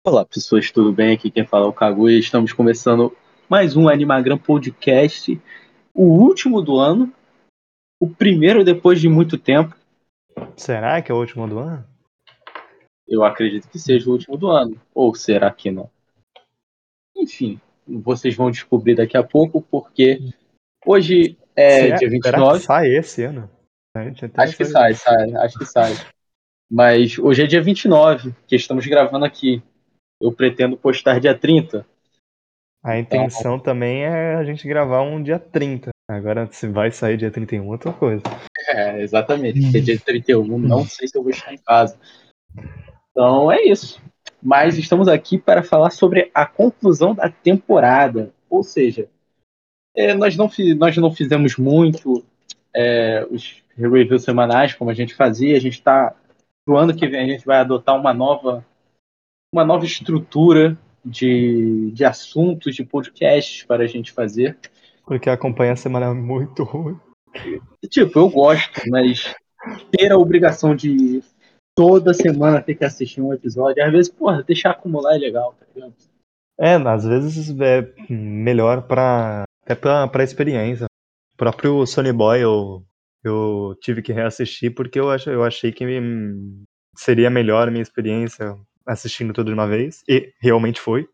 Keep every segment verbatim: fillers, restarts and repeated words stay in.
Olá pessoas, tudo bem? Aqui quem fala é o Kaguya e estamos começando mais um Animagram Podcast, o último do ano, o primeiro depois de muito tempo. Será que é o último do ano? Eu acredito que seja o último do ano, ou será que não? Enfim, vocês vão descobrir daqui a pouco, porque hoje é Será, dia vinte e será que nove. sai esse ano? A gente até Acho que sabe. sai, sai, acho que sai. Mas hoje é dia vinte e nove, que estamos gravando aqui. Eu pretendo postar dia trinta. A Então, intenção também é a gente gravar um dia trinta. Agora, se vai sair dia trinta e um, é outra coisa. é, exatamente, porque dia trinta e um não sei se eu vou estar em casa. Então é isso. Mas estamos aqui para falar sobre a conclusão da temporada. Ou seja, é, nós, não, nós não fizemos muito é, os reviews semanais como a gente fazia. A gente está. Pro ano que vem a gente vai adotar uma nova, uma nova estrutura de, de assuntos, de podcasts para a gente fazer. Porque acompanha a semana é muito ruim. Tipo, eu gosto, mas ter a obrigação de toda semana ter que assistir um episódio, às vezes, porra, deixar acumular é legal, tá ligado? É, às vezes é melhor pra, até pra, pra experiência. O próprio Sonny Boy eu, eu tive que reassistir porque eu, ach, eu achei que me- seria melhor a minha experiência assistindo tudo de uma vez. E realmente foi.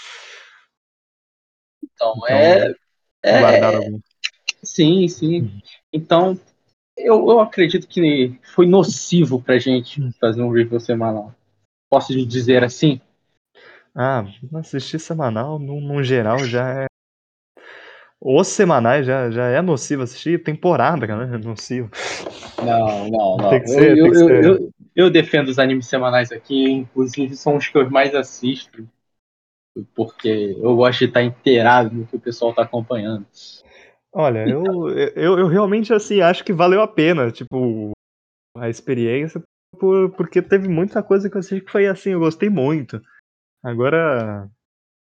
Então, Então, é, guardar é. algum. Sim, sim. Então, eu, eu acredito que foi nocivo pra gente fazer um review semanal. Posso dizer assim? Ah, assistir semanal, no, no geral, já é. Os semanais já, já é nocivo assistir, temporada, né? É nocivo. Não, não, Tem que não. Eu, ser, tem eu, que eu, ser. eu, eu defendo os animes semanais aqui, inclusive são os que eu mais assisto, porque eu gosto de estar inteirado no que o pessoal está acompanhando. Olha, eu, eu, eu realmente assim acho que valeu a pena, tipo, a experiência, por, porque teve muita coisa que eu assisti que foi assim, eu gostei muito. Agora,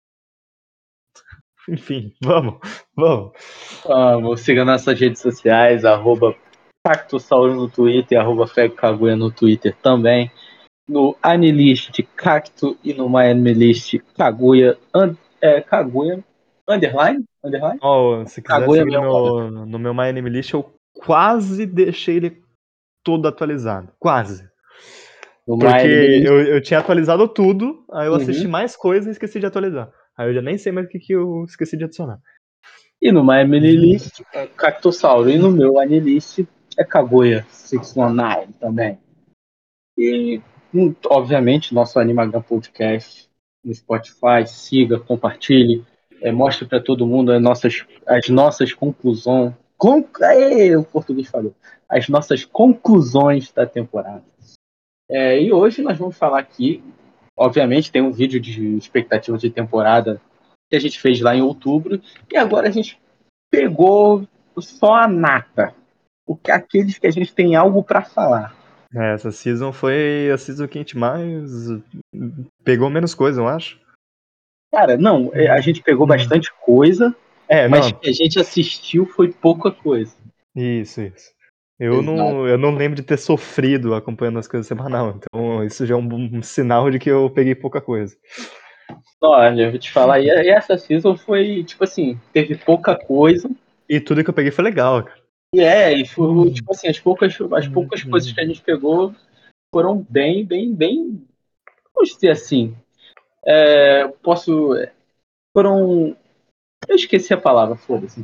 enfim, vamos, vamos. Vamos, siga nossas redes sociais, arroba Cactossauro no Twitter, arroba Fego Kaguya no Twitter também. No Anilist Cacto e no MyAnimeList Kaguya, un, é, Kaguya underline? Underline? Ó, se quiser Kaguya seguir no mesmo, olha. meu, no meu My Anime List, eu quase deixei ele todo atualizado. Quase. No Porque MyAnimeList. eu, eu tinha atualizado tudo, aí eu assisti Uhum. mais coisas e esqueci de atualizar. Aí eu já nem sei mais o que, que eu esqueci de adicionar. E no MyAnimeList é Cactossauro. E no meu Anilist é Kaguya seiscentos e dezenove também. E, hum, obviamente, nosso Animagram Podcast no Spotify, siga, compartilhe, é, mostre para todo mundo as nossas, as nossas conclusões. Com, Aê, o português falou. As nossas conclusões da temporada. É, e hoje nós vamos falar aqui, obviamente, tem um vídeo de expectativa de temporada que a gente fez lá em outubro, e agora a gente pegou só a nata, o que aqueles que a gente tem algo para falar. É, essa season foi a season que a gente mais pegou menos coisa, eu acho. Cara, não, é, a gente pegou bastante coisa, É, mas não. que a gente assistiu foi pouca coisa. Isso, isso. Eu Exato. não, eu não lembro de ter sofrido acompanhando as coisas semanal, então isso já é um, um sinal de que eu peguei pouca coisa. Olha, eu vou te falar, e essa season foi, tipo assim, teve pouca coisa, E tudo que eu peguei foi legal, cara. e é, e foi, tipo assim, as poucas, as poucas coisas que a gente pegou foram bem, bem, bem, vamos dizer assim, é, posso, foram, eu esqueci a palavra, foda-se.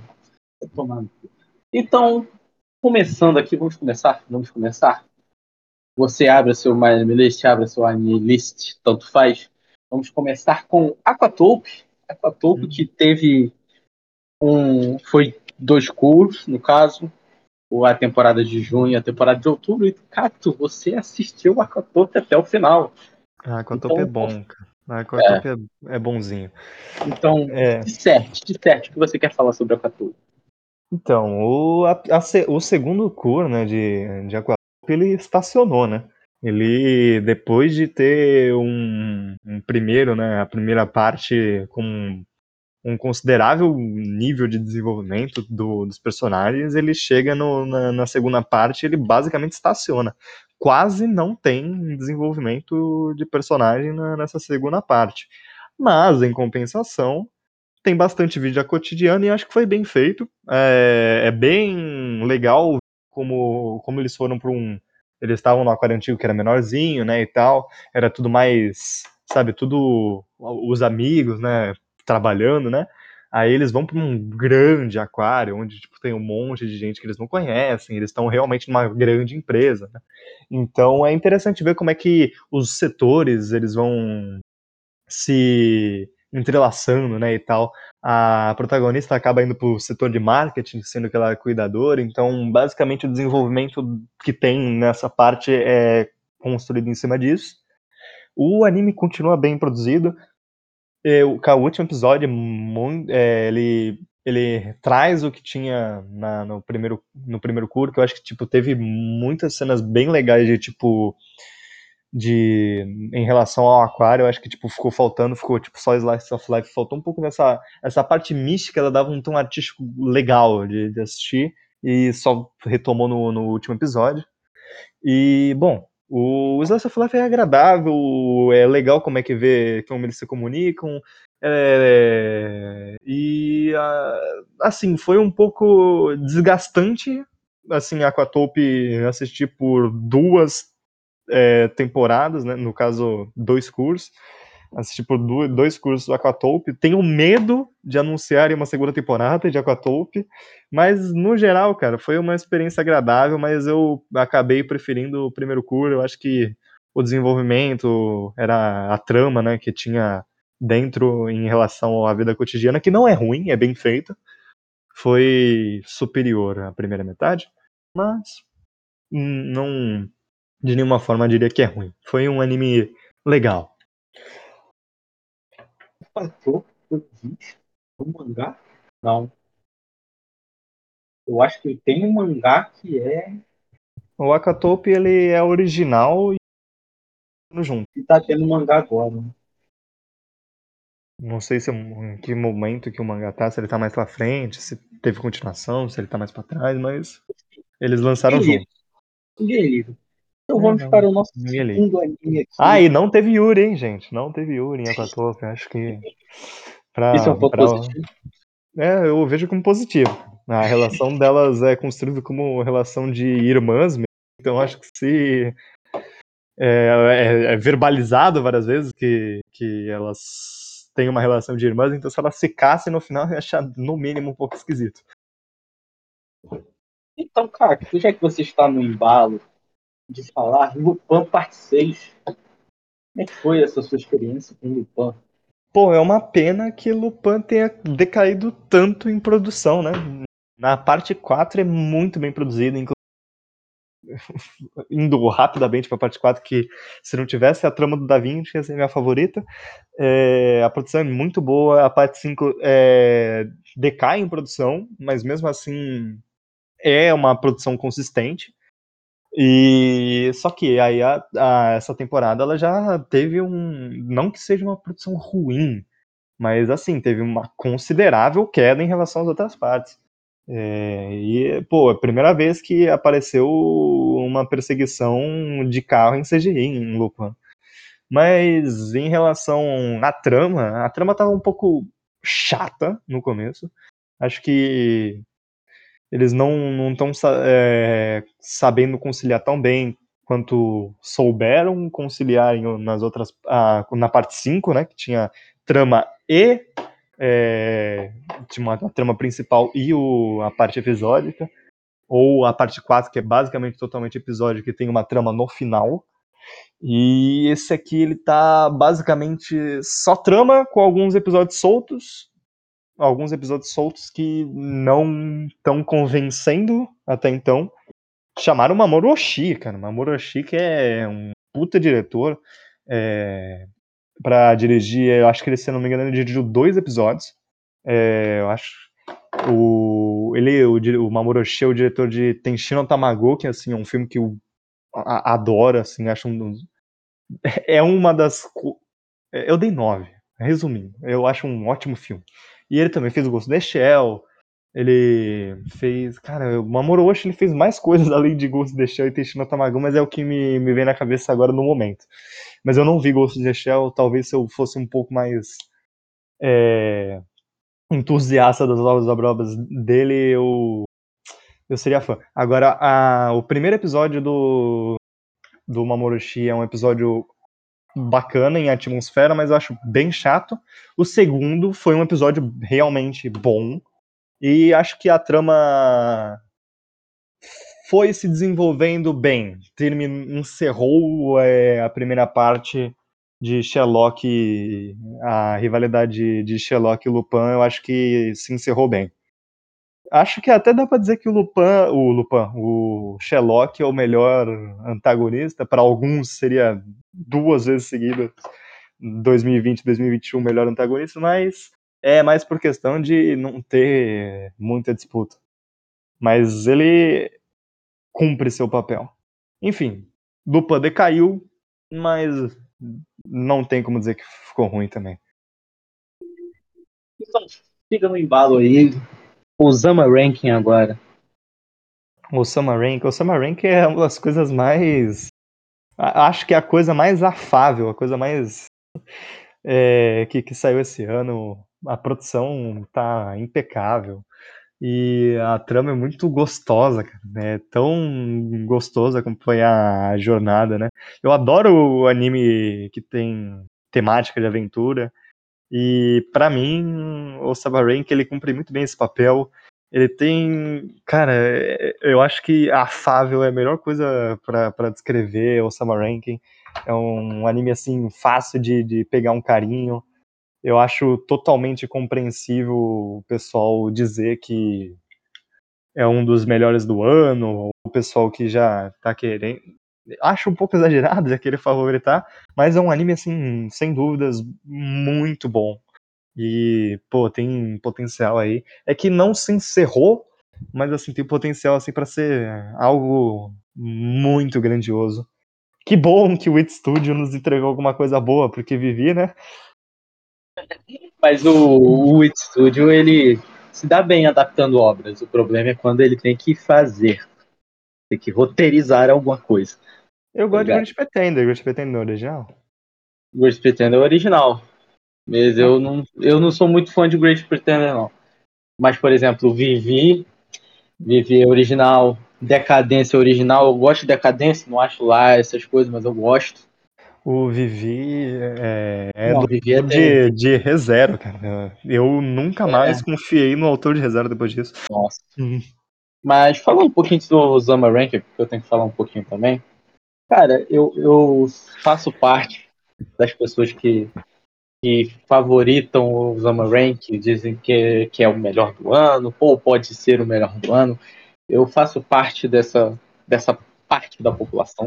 Então, começando aqui, vamos começar? Vamos começar? Você abre o seu MyAnimeList, abre o seu AniList, tanto faz. Vamos começar com Aquatope. Aquatope que teve um... Foi dois cursos, no caso. A temporada de junho e a temporada de outubro. E, Cato, você assistiu Aquatope até o final. A Aquatope é Então, bom, cara. A é. Aquatope é, é bonzinho. Então, É. de certo, de certo, o que você quer falar sobre Aquatope? Então, o, a- a se- o segundo cur, né, de, de Aquatope, ele estacionou, né? Ele, depois de ter um, um primeiro, né, a primeira parte com um considerável nível de desenvolvimento do- dos personagens, ele chega no- na, na segunda parte, ele basicamente estaciona. quase não tem desenvolvimento de personagem na, nessa segunda parte. Mas, em compensação, tem bastante vídeo cotidiano e acho que foi bem feito. É, é bem legal como, como eles foram para um... Eles estavam no aquário antigo que era menorzinho, né, e tal. Era tudo mais, sabe, tudo os amigos, né, trabalhando, né. Aí eles vão para um grande aquário, onde tipo, tem um monte de gente que eles não conhecem, eles estão realmente numa grande empresa, né? Então é interessante ver como é que os setores eles vão se entrelaçando, né, e tal. A protagonista acaba indo pro setor de marketing, sendo que ela é cuidadora, então basicamente o desenvolvimento que tem nessa parte é construído em cima disso. O anime continua bem produzido. Eu, o último episódio, é, ele, ele traz o que tinha na, no, primeiro, no primeiro curso, que eu acho que tipo, teve muitas cenas bem legais de tipo de em relação ao aquário, eu acho que tipo ficou faltando, ficou tipo só Slice of Life, faltou um pouco dessa essa parte mística, ela dava um tom artístico legal de, de assistir e só retomou no, no último episódio. E bom, o Slice of Life é agradável, é legal como é que vê como eles se comunicam, é, e assim foi um pouco desgastante assim Aquatope assistir por duas É, temporadas, né? No caso, dois cursos. Assisti por dois cursos do Aquatope. Tenho medo de anunciarem uma segunda temporada de Aquatope, mas no geral, cara, foi uma experiência agradável, mas eu acabei preferindo o primeiro curso. Eu acho que o desenvolvimento, era a trama, né, que tinha dentro em relação à vida cotidiana, que não é ruim, é bem feita, foi superior à primeira metade, mas não de nenhuma forma diria que é ruim. Foi um anime legal. Passou, eu vi o mangá? Não. Eu acho que tem um mangá que é. O Akatope, ele é original e junto. E tá tendo mangá agora. Né? Não sei se em que momento que o mangá tá, se ele tá mais pra frente, se teve continuação, se ele tá mais pra trás, mas eles lançaram Ninguém junto. liga. Ninguém liga. Então É, vamos não, para o nosso ninguém liga. segundo anime Ah, aqui. e não teve Yuri, hein, gente? Não teve Yuri em Akatope. Acho que Esse é pra, um ponto pra... positivo. É, eu vejo como positivo. A relação delas é construída como relação de irmãs mesmo. Então acho que se É, é, é verbalizado várias vezes que, que elas têm uma relação de irmãs, então se elas se cassem no final, eu ia achar no mínimo um pouco esquisito. Então, cara, já que você está no embalo de falar Lupin Parte seis, como é que foi essa sua experiência com Lupin? Pô, é uma pena que Lupin tenha decaído tanto em produção, né? Na parte quatro é muito bem produzida, inclusive indo rapidamente pra parte quatro, que se não tivesse a trama do Da Vinci, ia ser minha favorita. É, a produção é muito boa, a parte cinco é, decai em produção, mas mesmo assim é uma produção consistente. E só que aí a, a, essa temporada ela já teve um, não que seja uma produção ruim, mas assim teve uma considerável queda em relação às outras partes. É, e pô, é a primeira vez que apareceu uma perseguição de carro em C G I em Lupin. Mas em relação à trama, a trama tava um pouco chata no começo. Acho que eles não estão é, sabendo conciliar tão bem quanto souberam conciliar em, nas outras. Ah, na parte cinco, né? Que tinha trama e. É, tinha uma, a trama principal e o, a parte episódica. Ou a parte quatro, que é basicamente totalmente episódio, que tem uma trama no final. E esse aqui, ele tá basicamente só trama, com alguns episódios soltos, alguns episódios soltos que não estão convencendo até então. Chamaram o Mamoru Oshii, cara. Mamoru Oshii, que é um puta diretor, é, pra dirigir, eu acho que ele, se não me engano, ele dirigiu dois episódios. É, eu acho. O, ele, o, o Mamoru Oshii é o diretor de Tenshino Tamago, que assim, é um filme que eu a, adoro, assim, acho um, é uma das. Eu dei nove, resumindo. Eu acho um ótimo filme. E ele também fez o Ghost in the Shell. Ele fez. Cara, o Mamoru Oshii ele fez mais coisas além de Ghost in the Shell e Tenchi no Tamagon, mas é o que me, me vem na cabeça agora no momento. Mas eu não vi Ghost in the Shell, talvez se eu fosse um pouco mais é, entusiasta das novas obras dele, eu, eu seria fã. Agora, a, o primeiro episódio do, do Mamoru Oshii é um episódio bacana em atmosfera, mas eu acho bem chato. O segundo foi um episódio realmente bom, e acho que a trama foi se desenvolvendo bem. Termin... Encerrou é, a primeira parte de Sherlock, a rivalidade de Sherlock e Lupin, eu acho que se encerrou bem. Acho que até dá pra dizer que o Lupin, o Lupin, o Sherlock é o melhor antagonista. Para alguns seria duas vezes seguidas, dois mil e vinte, dois mil e vinte e um, melhor antagonista, mas é mais por questão de não ter muita disputa. Mas ele cumpre seu papel. Enfim, Lupin decaiu, mas não tem como dizer que ficou ruim também. Então, fica no embalo aí. Osama Ranking agora. O Summer Rank, o Summer Rank é uma das coisas mais. Acho que é a coisa mais afável, a coisa mais é, que, que saiu esse ano. A produção tá impecável. E a trama é muito gostosa, cara. É tão gostoso acompanhar a jornada, né? Eu adoro o anime que tem temática de aventura. E pra mim, o Sabarank, ele cumpre muito bem esse papel. Ele tem, cara, eu acho que afável é a melhor coisa pra pra descrever o Samaranking. É um anime assim fácil de, de pegar um carinho. Eu acho totalmente compreensível o pessoal dizer que é um dos melhores do ano, o pessoal que já tá querendo. Acho um pouco exagerado já querer favoritar, mas é um anime, assim, sem dúvidas, muito bom. E, pô, tem potencial aí. É que não se encerrou, mas, assim, tem potencial, assim, pra ser algo muito grandioso. Que bom que o It Studio nos entregou alguma coisa boa, porque Vivi, né? Mas o, o It Studio, ele se dá bem adaptando obras. O problema é quando ele tem que fazer, tem que roteirizar alguma coisa. Eu Tá gosto de ligado? Great Pretender, Great Pretender original. Great Pretender é o original. Mas Ah, eu não, eu não sou muito fã de Great Pretender, não. Mas, por exemplo, Vivi, Vivi é original. Decadência é original. Eu gosto de Decadência, não acho lá essas coisas, mas eu gosto. o Vivi é, é Não, do Vivi é autor dez. de, de ReZero, cara. Eu nunca É, mais confiei no autor de ReZero depois disso. nossa. Uhum. Mas falando um pouquinho do Zama Rank, porque eu tenho que falar um pouquinho também. Cara, eu, eu faço parte das pessoas que, que favoritam o Zama Rank, dizem que, que é o melhor do ano, ou pode ser o melhor do ano. Eu faço parte dessa, dessa parte da população.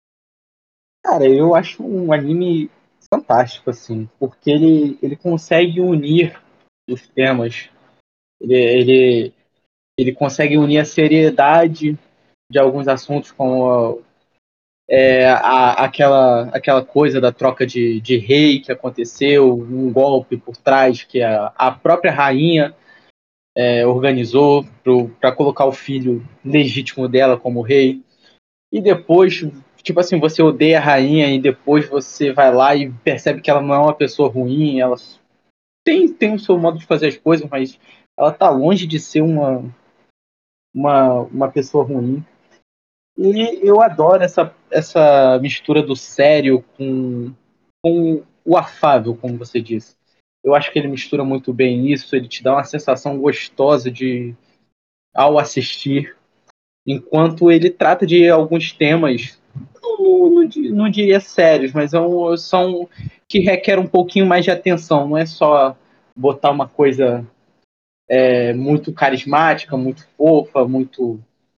Cara, eu acho um anime fantástico, assim, porque ele, ele consegue unir os temas. Ele, ele, ele consegue unir a seriedade de alguns assuntos, como é, a, aquela, aquela coisa da troca de, de rei que aconteceu, um golpe por trás que a, a própria rainha é, organizou para colocar o filho legítimo dela como rei. E depois, tipo assim, você odeia a rainha e depois você vai lá e percebe que ela não é uma pessoa ruim, ela tem, tem o seu modo de fazer as coisas, mas ela tá longe de ser uma, uma, uma pessoa ruim. E eu adoro essa, essa mistura do sério com, com o afável, como você disse. Eu acho que ele mistura muito bem isso, ele te dá uma sensação gostosa de ao assistir, enquanto ele trata de alguns temas, não, não, não diria sérios, mas são, são que requer um pouquinho mais de atenção, não é só botar uma coisa é, muito carismática, muito fofa, muito,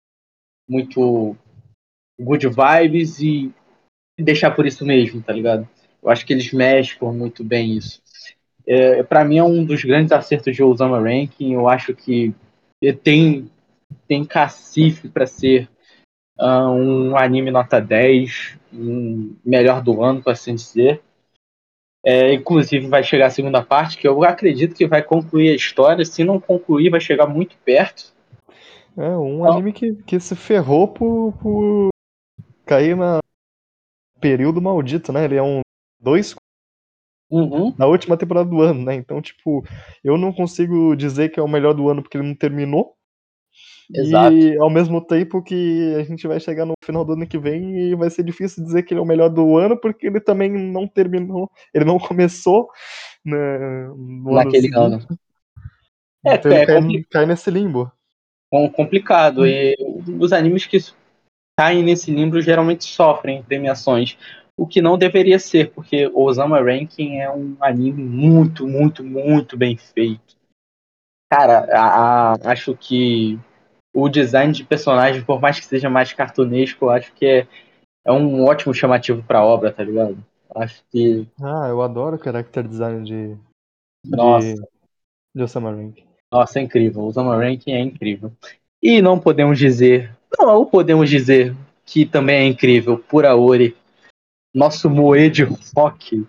muito good vibes e deixar por isso mesmo, tá ligado? Eu acho que eles mesclam muito bem isso. É, para mim é um dos grandes acertos de Osama Ranking. Eu acho que tem, tem cacife para ser uh, um anime nota dez, um melhor do ano, por assim dizer. É, inclusive vai chegar a segunda parte, que eu acredito que vai concluir a história. Se não concluir, vai chegar muito perto. É um Então, anime que, que se ferrou por, por cair na período maldito, né? Ele é um dois uhum, na última temporada do ano, né? Então, tipo, eu não consigo dizer que é o melhor do ano porque ele não terminou. exato. E ao mesmo tempo que a gente vai chegar no final do ano que vem e vai ser difícil dizer que ele é o melhor do ano porque ele também não terminou, ele não começou, né, no ano Naquele seguinte. ano. É, Então ele é cai, compli- cai nesse limbo. complicado. E os animes que caem nesse limbo geralmente sofrem premiações. O que não deveria ser, porque o Osama Ranking é um anime muito, muito, muito bem feito. Cara, a- a- acho que o design de personagem, por mais que seja mais cartunesco, eu acho que é, é um ótimo chamativo pra obra, tá ligado? Acho que, Ah, eu adoro o character design de, de, nossa, de Osama Rank. nossa, é incrível. O Osama Ranking é incrível. E não podemos dizer, não podemos dizer que também é incrível, por Aori, nosso moe de rock.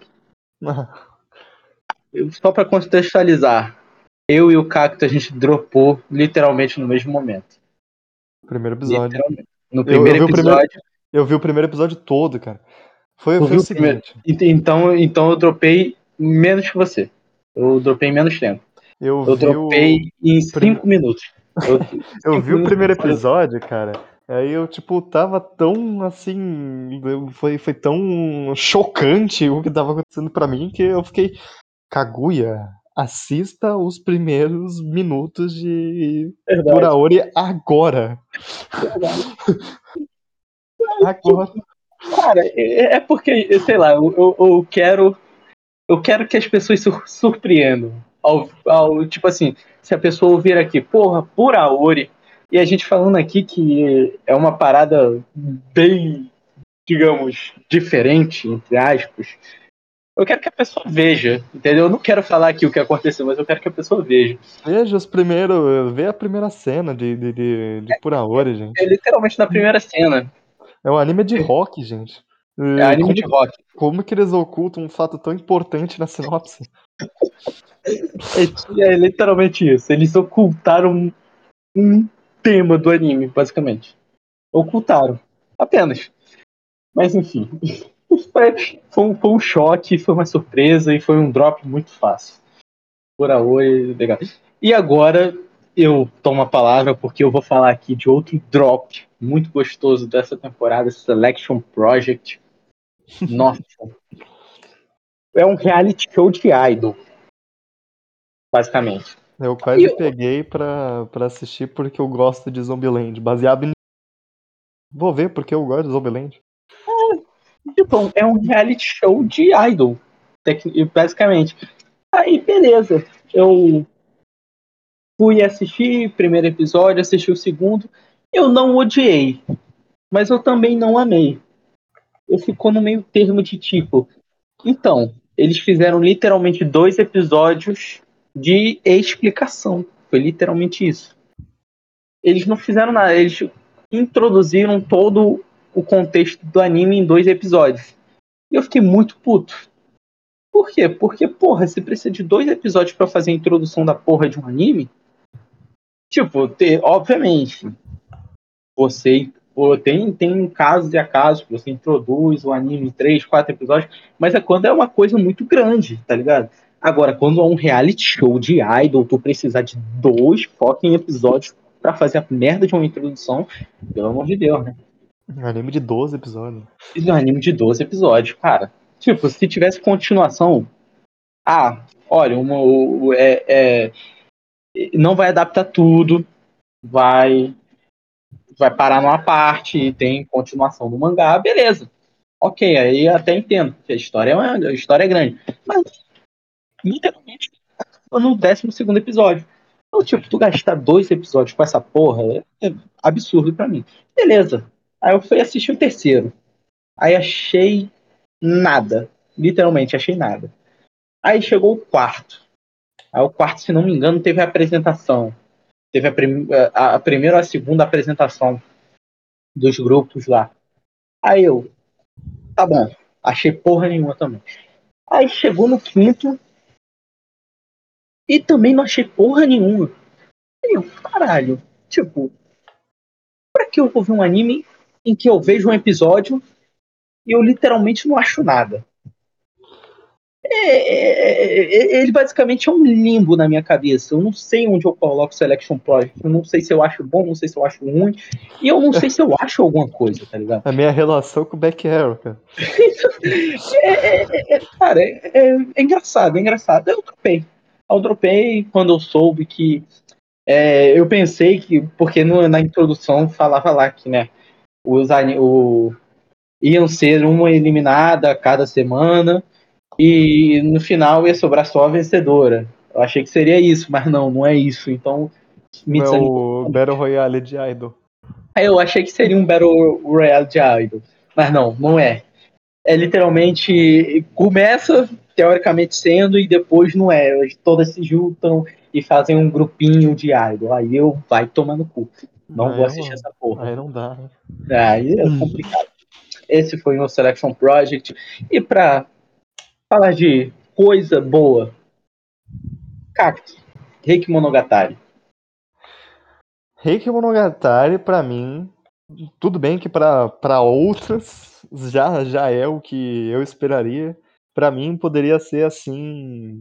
Só pra contextualizar, eu e o Cacto a gente dropou literalmente no mesmo momento. Primeiro episódio. Literalmente. No Eu, eu primeiro vi o primeiro, episódio, eu vi o primeiro episódio todo, cara. Foi, tu foi o viu o primeiro. seguinte. Então, então eu dropei menos que você. Eu dropei menos tempo. Eu Eu vi o dropei em prime... cinco minutos. Eu, eu cinco vi o minutos de primeiro episódio. episódio, cara. Aí eu, tipo, tava tão assim. eu- Foi, foi tão chocante o que tava acontecendo pra mim que eu fiquei. Kaguya, assista os primeiros minutos de Verdade. Puraori agora. Verdade. Agora. Cara, é, é porque, sei lá, eu, eu, eu quero. Eu quero que as pessoas se surpreendam. Ao, ao, tipo assim, se a pessoa ouvir aqui, porra, pura Aori, e a gente falando aqui que é uma parada bem, digamos, diferente, entre aspas, eu quero que a pessoa veja, entendeu? Eu não quero falar aqui o que aconteceu, mas eu quero que a pessoa veja. Veja os primeiros. Vê a primeira cena de, de, de, de Puraori, É gente. literalmente na primeira cena. É um anime de rock, gente. É E anime Como, de rock. como que eles ocultam um fato tão importante na sinopse? É, é literalmente isso. Eles ocultaram um tema do anime, basicamente. Ocultaram. Apenas. Mas enfim. Foi, foi, um, foi um choque, foi uma surpresa e foi um drop muito fácil. Por Aoi, legal. E agora eu tomo a palavra porque eu vou falar aqui de outro drop muito gostoso dessa temporada, Selection Project. Nossa, é um reality show de idol, basicamente. Eu E quase eu, peguei pra, pra assistir porque eu gosto de Zombieland. Baseado em. Vou ver porque eu gosto de Zombieland. tipo, é um reality show de idol, basicamente. Aí, beleza. Eu fui assistir o primeiro episódio, assisti o segundo. Eu não odiei, mas eu também não amei. Eu ficou no meio termo de tipo. Então, eles fizeram literalmente dois episódios de explicação. Foi literalmente isso. Eles não fizeram nada, eles introduziram todo o contexto do anime em dois episódios. E eu fiquei muito puto. Por quê? Porque, porra, você precisa de dois episódios pra fazer a introdução da porra de um anime? Tipo, ter, obviamente, você pô, tem, tem casos e acasos que você introduz o anime em três, quatro episódios, mas é quando é uma coisa muito grande, tá ligado? Agora, quando é um reality show de idol, tu precisar de dois fucking episódios pra fazer a merda de uma introdução, pelo amor de Deus, né? Um anime de doze episódios. Isso é um anime de doze episódios, cara. Tipo, se tivesse continuação, ah, olha, uma, o- é, é, não vai adaptar tudo, vai vai parar numa parte e tem continuação do mangá, beleza. Ok, aí até entendo, porque a história é, uma, a história é grande. Mas, literalmente, tô no décimo segundo episódio. Então, tipo, tu gastar dois episódios com essa porra é, é absurdo pra mim. Beleza. Aí eu fui assistir o terceiro. Aí achei nada. Literalmente, achei nada. Aí chegou o quarto. Aí o quarto, se não me engano, teve a apresentação. Teve a, prim a, a primeira ou a segunda apresentação dos grupos lá. Aí eu, tá bom, achei porra nenhuma também. Aí chegou no quinto e também não achei porra nenhuma. E eu, caralho, tipo, pra que eu vou ver um anime em que eu vejo um episódio e eu literalmente não acho nada? É, é, é, ele basicamente é um limbo na minha cabeça. Eu não sei onde eu coloco Selection Project. Eu não sei se eu acho bom, não sei se eu acho ruim. E eu não sei se eu acho alguma coisa, tá ligado? A minha relação com o Back Arrow, cara. É, é, é, cara, é, é, é engraçado, é engraçado. Eu dropei. Eu dropei quando eu soube que. É, eu pensei que. Porque no, na introdução falava lá que, né? Os, o, iam ser uma eliminada a cada semana. E no final ia sobrar só a vencedora. Eu achei que seria isso, mas não, não é isso. Então me Não é desanimou. o Battle Royale de Idol. Aí eu achei que seria um Battle Royale de Idol. Mas não, não é. É literalmente começa teoricamente sendo e depois não é. Elas todas se juntam e fazem um grupinho de idol. Aí eu vai tomar no cu. Não Aí vou assistir não, essa porra. aí não dá, hein? Aí é complicado. Esse foi o meu Selection Project. E pra falar de coisa boa, Cactus, Reiki Monogatari. Reiki Monogatari, pra mim, tudo bem que pra pra outras já, já é o que eu esperaria. Pra mim, poderia ser, assim,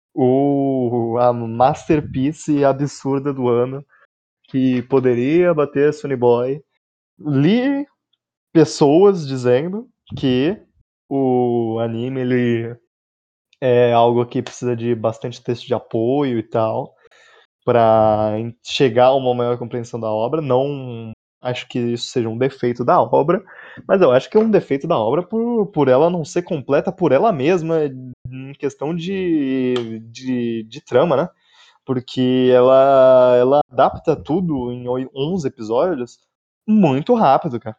o, a masterpiece absurda do ano, que poderia bater Sonny Boy. Li pessoas dizendo que o anime ele é algo que precisa de bastante texto de apoio e tal, para chegar a uma maior compreensão da obra. Não acho que isso seja um defeito da obra, mas eu acho que é um defeito da obra por, por ela não ser completa por ela mesma, em questão de, de, de trama, né? Porque ela, ela adapta tudo em onze episódios muito rápido, cara.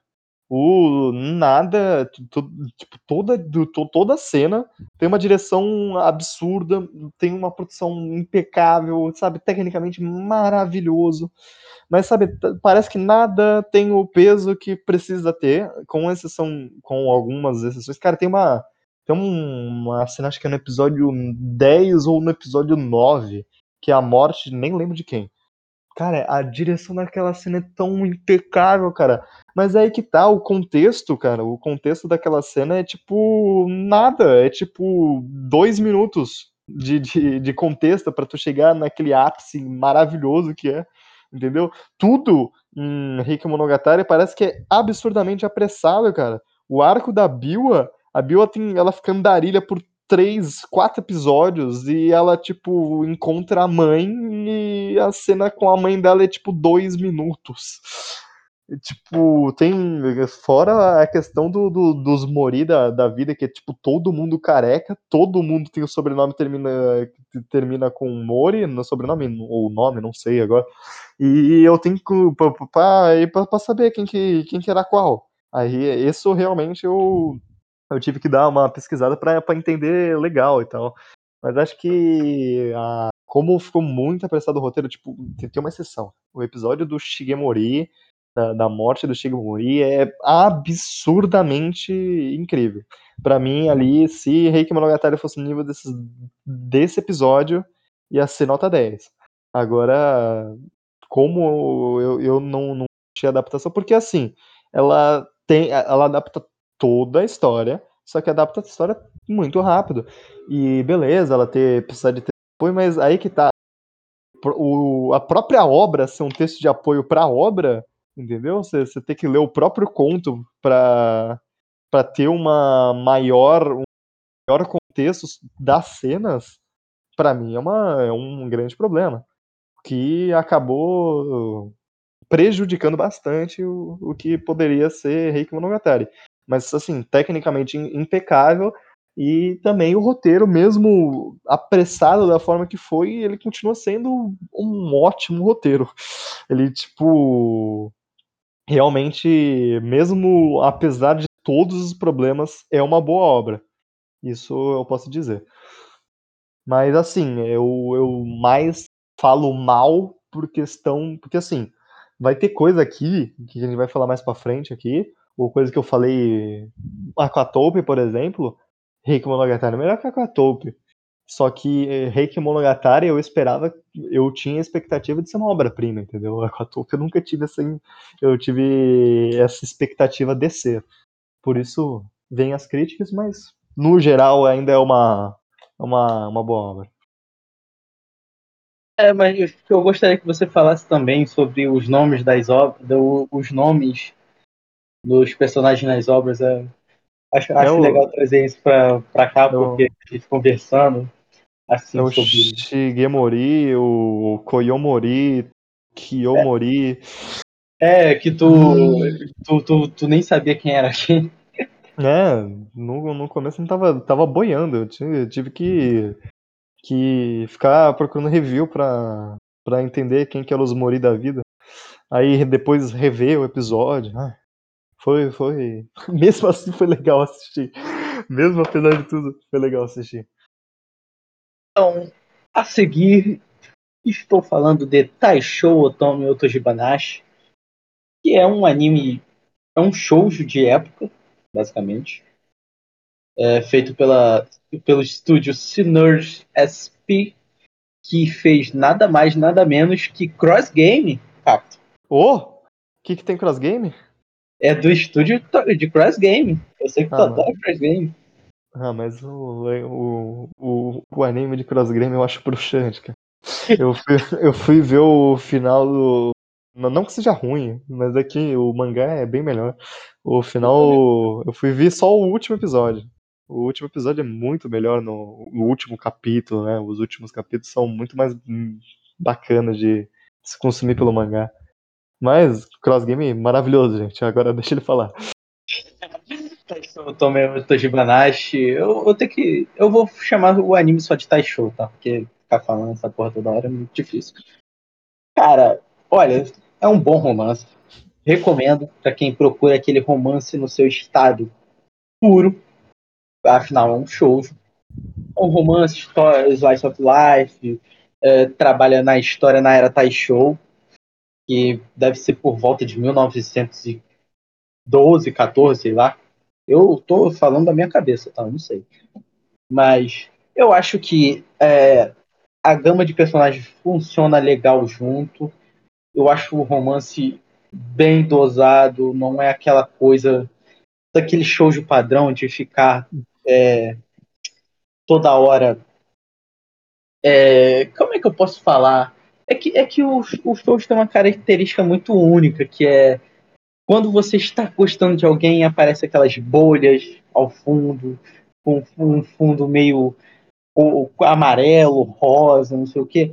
O nada, tu- tipo, toda, do- to- toda a cena tem uma direção absurda, tem uma produção impecável, sabe, tecnicamente maravilhoso, mas sabe, t- parece que nada tem o peso que precisa ter, com exceção, com algumas exceções. Cara, tem uma tem um- uma cena, acho que é no episódio dez ou no episódio nove, que é a morte, nem lembro de quem. Cara, a direção daquela cena é tão impecável, cara. Mas aí que tá, o contexto, cara. O contexto daquela cena é tipo nada. É tipo dois minutos de, de, de contexto pra tu chegar naquele ápice maravilhoso que é. Entendeu? Tudo em Rick Monogatari parece que é absurdamente apressado, cara. O arco da Biwa, a Biwa tem, ela fica andarilha por três, quatro episódios e ela, tipo, encontra a mãe e a cena com a mãe dela é, tipo, dois minutos. E, tipo, tem. Fora a questão do, do- dos Mori da, da vida, que é, tipo, todo mundo careca, todo mundo tem o sobrenome que termina, que termina com Mori, no sobrenome, ou nome, não sei agora. E eu tenho que. Pra, pra, pra, pra saber quem que, quem que era qual. Aí, isso realmente eu eu tive que dar uma pesquisada para entender legal e tal. Mas acho que a, como ficou muito apressado o roteiro, tipo, tem, tem uma exceção. O episódio do Shigemori, da, da morte do Shigemori, é absurdamente incrível. Para mim, ali, se Reiki Monogatari fosse no nível desses, desse episódio, ia ser nota dez. Agora, como eu, eu não, não tinha adaptação, porque assim, ela tem, ela adapta toda a história, só que adapta a história muito rápido. E beleza, ela ter, precisar de ter apoio, mas aí que tá. O, a própria obra ser um texto de apoio pra obra, entendeu? Você, você tem que ler o próprio conto pra, pra ter uma maior, um maior contexto das cenas, pra mim é, uma, é um grande problema. Que acabou prejudicando bastante o, o que poderia ser Reiki Monogatari. Mas, assim, tecnicamente impecável. E também o roteiro, mesmo apressado da forma que foi, ele continua sendo um ótimo roteiro. Ele, tipo, realmente, mesmo apesar de todos os problemas, é uma boa obra. Isso eu posso dizer. Mas, assim, eu, eu mais falo mal por questão. Porque, assim, vai ter coisa aqui, que a gente vai falar mais pra frente aqui, ou coisa que eu falei. A com a Taupe, por exemplo. Reiki Monogatari é melhor que Aquatope. Só que eh, Reiki Monogatari eu esperava, eu tinha a expectativa de ser uma obra-prima, entendeu? Aquatope eu nunca tive essa, eu tive essa expectativa de ser. Por isso vem as críticas, mas no geral ainda é uma, uma, uma boa obra. É, mas eu gostaria que você falasse também sobre os nomes das obras, os nomes dos personagens nas obras. É, acho, É acho o, legal trazer isso pra, pra cá, é porque o, a gente conversando é assim o sobre. Shigemori, o Koyomori, Kiyomori. É, que tu, Hum. tu, tu, tu nem sabia quem era quem. É, no, no começo não tava, tava boiando. Eu tive, eu tive que, que ficar procurando review pra, pra entender quem que era os Mori da vida. Aí depois rever o episódio. Ah, foi, foi. Mesmo assim foi legal assistir. Mesmo apesar de tudo, foi legal assistir. Então, a seguir, estou falando de Taishou Otomi Otojibanashi, que é um anime, é um shoujo de época, basicamente. É feito pela, pelo estúdio Synergy S P, que fez nada mais, nada menos que Cross Game, Cato. Ô! O que que tem cross game? É do estúdio de Cross Game. Eu sei que tu Ah, mas, adora Cross Game. ah, mas o, o, o, o anime de cross game eu acho bruxante, cara. Eu fui, eu fui ver o final do. Não não que seja ruim, mas é que o mangá é bem melhor. O final. Eu fui ver só o último episódio. O último episódio é muito melhor no, no último capítulo, né? Os últimos capítulos são muito mais hum, bacanas de se consumir pelo mangá. Mas, Cross Game maravilhoso, gente. Agora deixa ele falar. Eu tomei o Tojibanashi. Eu, eu tenho que. Eu vou chamar o anime só de Taishou, tá? Porque ficar falando essa porra toda hora é muito difícil. Cara, olha, é um bom romance. Recomendo pra quem procura aquele romance no seu estado puro. Afinal, é um shoujo. É um romance, história, slice of life. É, trabalha na história na era Taishou, que deve ser por volta de mil novecentos e doze, quatorze, sei lá. Eu tô falando da minha cabeça, tá? Eu não sei. Mas eu acho que é, a gama de personagens funciona legal junto. Eu acho o romance bem dosado, não é aquela coisa daquele shoujo padrão de ficar é, toda hora. É, como é que eu posso falar? É que, é que o, o shoujo tem uma característica muito única, que é quando você está gostando de alguém, aparece aquelas bolhas ao fundo, com um fundo meio o, o amarelo, rosa, não sei o quê.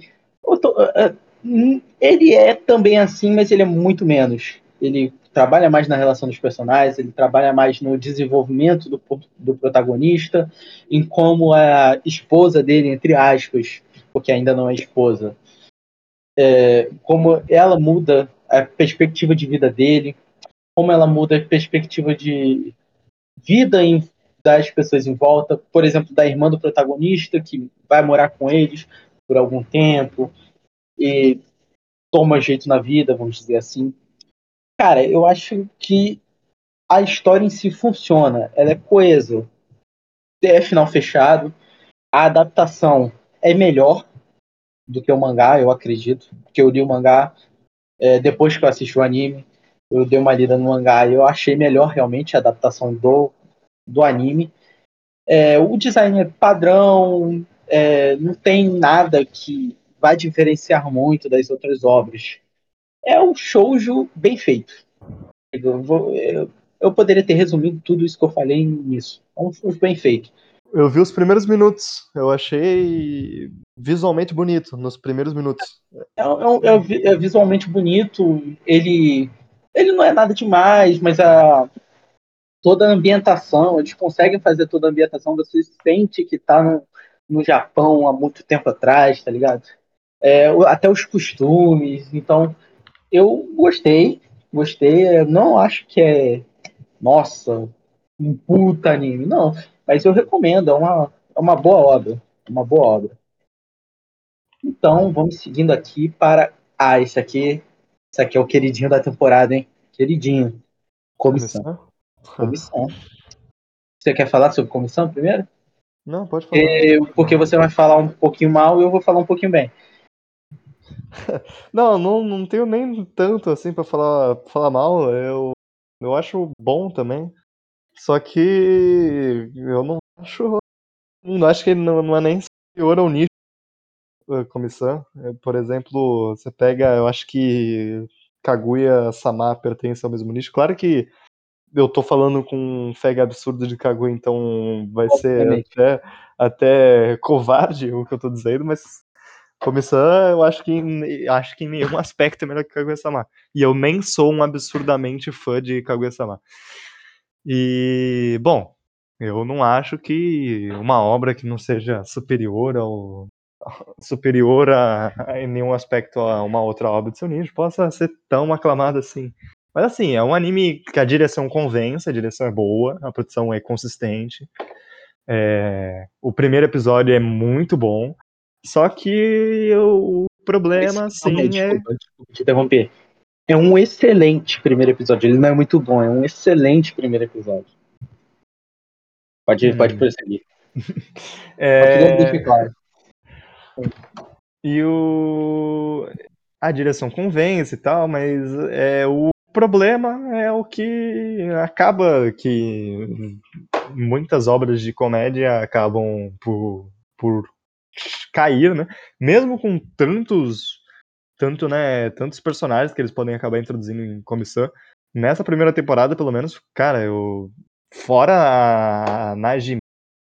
Ele é também assim, mas ele é muito menos. Ele trabalha mais na relação dos personagens, ele trabalha mais no desenvolvimento do, do protagonista, em como a esposa dele, entre aspas, porque ainda não é esposa, é, como ela muda a perspectiva de vida dele, como ela muda a perspectiva de vida em, das pessoas em volta, por exemplo, da irmã do protagonista, que vai morar com eles por algum tempo e toma jeito na vida, vamos dizer assim. Cara, eu acho que a história em si funciona, ela é coesa, é final fechado, a adaptação é melhor do que o mangá, eu acredito, porque eu li o mangá é, depois que eu assisti o anime, eu dei uma lida no mangá e eu achei melhor realmente a adaptação do, do anime. É, o design é padrão, é, não tem nada que vai diferenciar muito das outras obras. É um shoujo bem feito. Eu, vou, eu, eu poderia ter resumido tudo isso que eu falei nisso. É um shoujo bem feito. Eu vi os primeiros minutos. Eu achei visualmente bonito nos primeiros minutos. É, um- é, um- é visualmente bonito. Ele, ele não é nada demais, mas a, toda a ambientação, eles conseguem fazer toda a ambientação. Você sente que está no, no Japão há muito tempo atrás, tá ligado? É, até os costumes. Então, eu gostei, gostei. Eu não acho que é, nossa, um puta anime, não. Mas eu recomendo, é uma, é uma boa obra. Uma boa obra. Então, vamos seguindo aqui para. Ah, esse aqui. Esse aqui é o queridinho da temporada, hein? Queridinho. Comissão. Começar? Comissão. Você quer falar sobre comissão primeiro? Não, pode falar. É, porque você vai falar um pouquinho mal e eu vou falar um pouquinho bem. Não, não, não tenho nem tanto assim pra falar, falar mal. Eu, eu acho bom também. Só que eu não acho. Não acho que ele não, não é nem superior ao nicho da comissão. É, por exemplo, você pega, eu acho que Kaguya-sama pertence ao mesmo nicho. Claro que eu tô falando com um fega absurdo de Kaguya, então vai ser Obviamente. até, até covarde o que eu tô dizendo, mas comissão eu acho que, acho que em nenhum aspecto é melhor que Kaguya-sama. E eu nem sou um absurdamente fã de Kaguya-sama. E, bom, eu não acho que uma obra que não seja superior ao superior a, a, em nenhum aspecto a uma outra obra de seu nicho possa ser tão aclamada assim. Mas assim, é um anime que a direção convence, a direção é boa, a produção é consistente. É, o primeiro episódio é muito bom, só que eu, o problema, Também, sim, é. desculpa, desculpa te interromper. É um excelente primeiro episódio. Ele não é muito bom, é um excelente primeiro episódio. Pode, pode Hum, prosseguir. Só queria deixar é, claro. e o, a direção convence e tal, mas é, o problema é o que acaba que muitas obras de comédia acabam por, por cair, né? Mesmo com tantos, tanto, né, tantos personagens que eles podem acabar introduzindo em comissão. Nessa primeira temporada, pelo menos, cara, eu fora a Najimi,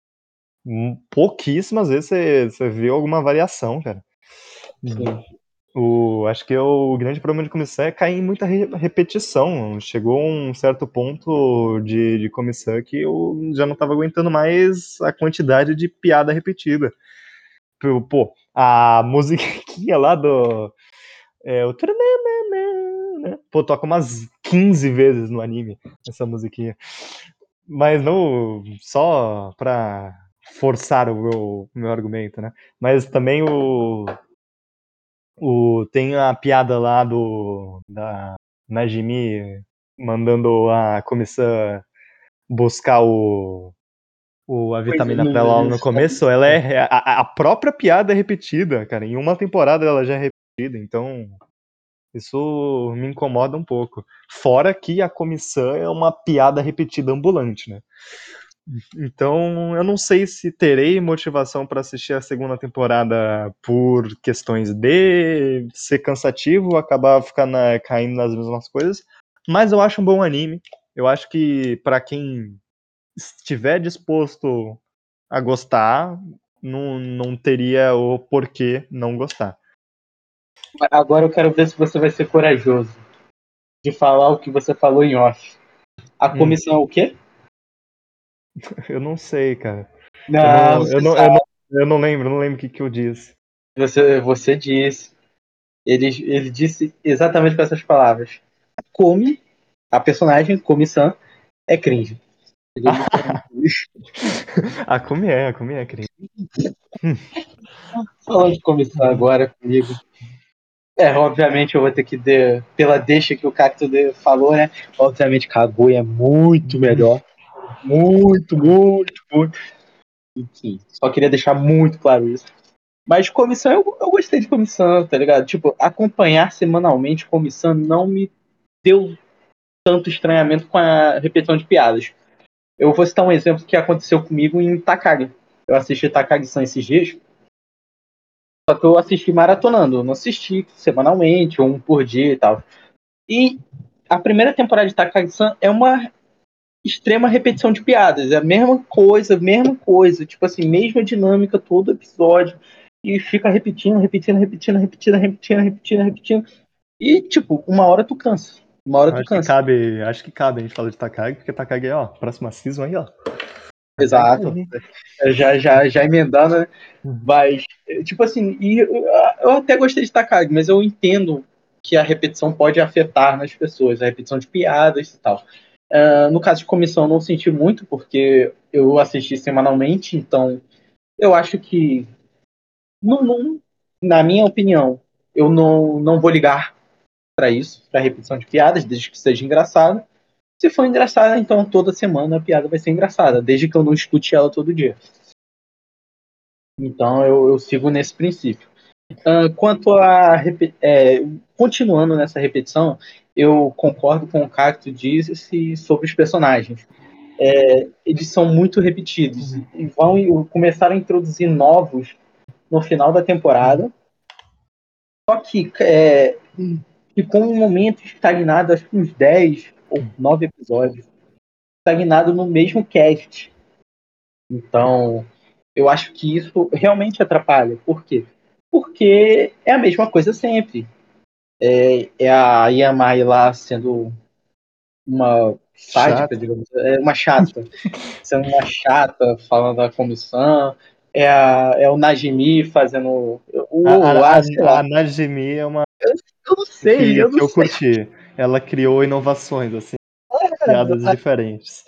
pouquíssimas vezes você, você viu alguma variação, cara. Sim. O, acho que o grande problema de comissão é cair em muita re- repetição. Chegou um certo ponto de, de comissão que eu já não estava aguentando mais a quantidade de piada repetida. Pô, pô, a musiquinha lá do. É, o... Pô, toca umas quinze vezes no anime essa musiquinha. Mas não só pra forçar o meu, o meu argumento, né? Mas também o, o, tem a piada lá do da Najimi mandando a comissão buscar o, o, a Coisa vitamina no, pra ela lá no no começo. Ela é a, a própria piada é repetida, cara. Em uma temporada ela já é repetida, então isso me incomoda um pouco. Fora que a comissão é uma piada repetida ambulante, né? Então, eu não sei se terei motivação para assistir a segunda temporada por questões de ser cansativo, acabar ficando na, caindo nas mesmas coisas, mas eu acho um bom anime. Eu acho que para quem estiver disposto a gostar, não, não teria o porquê não gostar. Agora eu quero ver se você vai ser corajoso de falar o que você falou em off. A Hum, comissão é o quê? eu não sei, cara. Eu Não, não, eu você não, eu sabe. não, eu não lembro, não lembro o que, que eu disse. Você, você disse. Ele, ele disse exatamente com essas palavras. Come, a personagem, Come-san, é cringe. Ele literalmente disse. A Kumi é, a Kumi é, querido. Falando de Come-san agora comigo. É, obviamente eu vou ter que ter, pela deixa que o Cacto de- falou, né? Obviamente Kaguya é muito melhor. Muito, muito, muito. Enfim, só queria deixar muito claro isso. Mas comissão, eu, eu gostei de comissão, tá ligado? Tipo, acompanhar semanalmente comissão não me deu tanto estranhamento com a repetição de piadas. Eu vou citar um exemplo que aconteceu comigo em Takagi. Eu assisti Takagi-san esses dias, só que eu assisti maratonando, eu não assisti semanalmente, um por dia e tal. E a primeira temporada de Takagi-san é uma extrema repetição de piadas, é a mesma coisa, mesma coisa, tipo assim, mesma dinâmica todo episódio, e fica repetindo, repetindo, repetindo, repetindo, repetindo, repetindo, repetindo, e tipo, uma hora tu cansa, uma hora tu Acho que cansa. cabe, acho que cabe a gente falar de Takagi, porque Takagi é, ó, próxima season aí, ó. Takagi tá Exato. aí. Já, já, já emendando, né? Uhum. Mas, tipo assim, e eu, eu até gostei de Takagi, mas eu entendo que a repetição pode afetar nas pessoas, a repetição de piadas e tal. Uh, no caso de comissão, eu não senti muito, porque eu assisti semanalmente, então eu acho que, não, não, na minha opinião, eu não, não vou ligar para isso, para repetição de piadas, desde que seja engraçado. Se for engraçada, então toda semana a piada vai ser engraçada, desde que eu não escute ela todo dia. Então eu, eu sigo nesse princípio. Ah, quanto a repe- é, continuando nessa repetição, eu concordo com o Cacto disse sobre os personagens. É, eles são muito repetidos e vão e começar a introduzir novos no final da temporada. Só que é, ficou um momento estagnado, acho que uns dez ou nove episódios, estagnado no mesmo cast. Então, eu acho que isso realmente atrapalha. Por quê? Porque é a mesma coisa sempre. É, é a Yamai lá sendo uma sádica, Chato. digamos, é uma chata. Sendo uma chata, falando da comissão. É, a, é o Najimi fazendo. A, O, a, ah, a, sei lá. a Najimi é uma Eu não sei, que, eu não que eu sei. curti. Ela criou inovações, assim, piadas diferentes.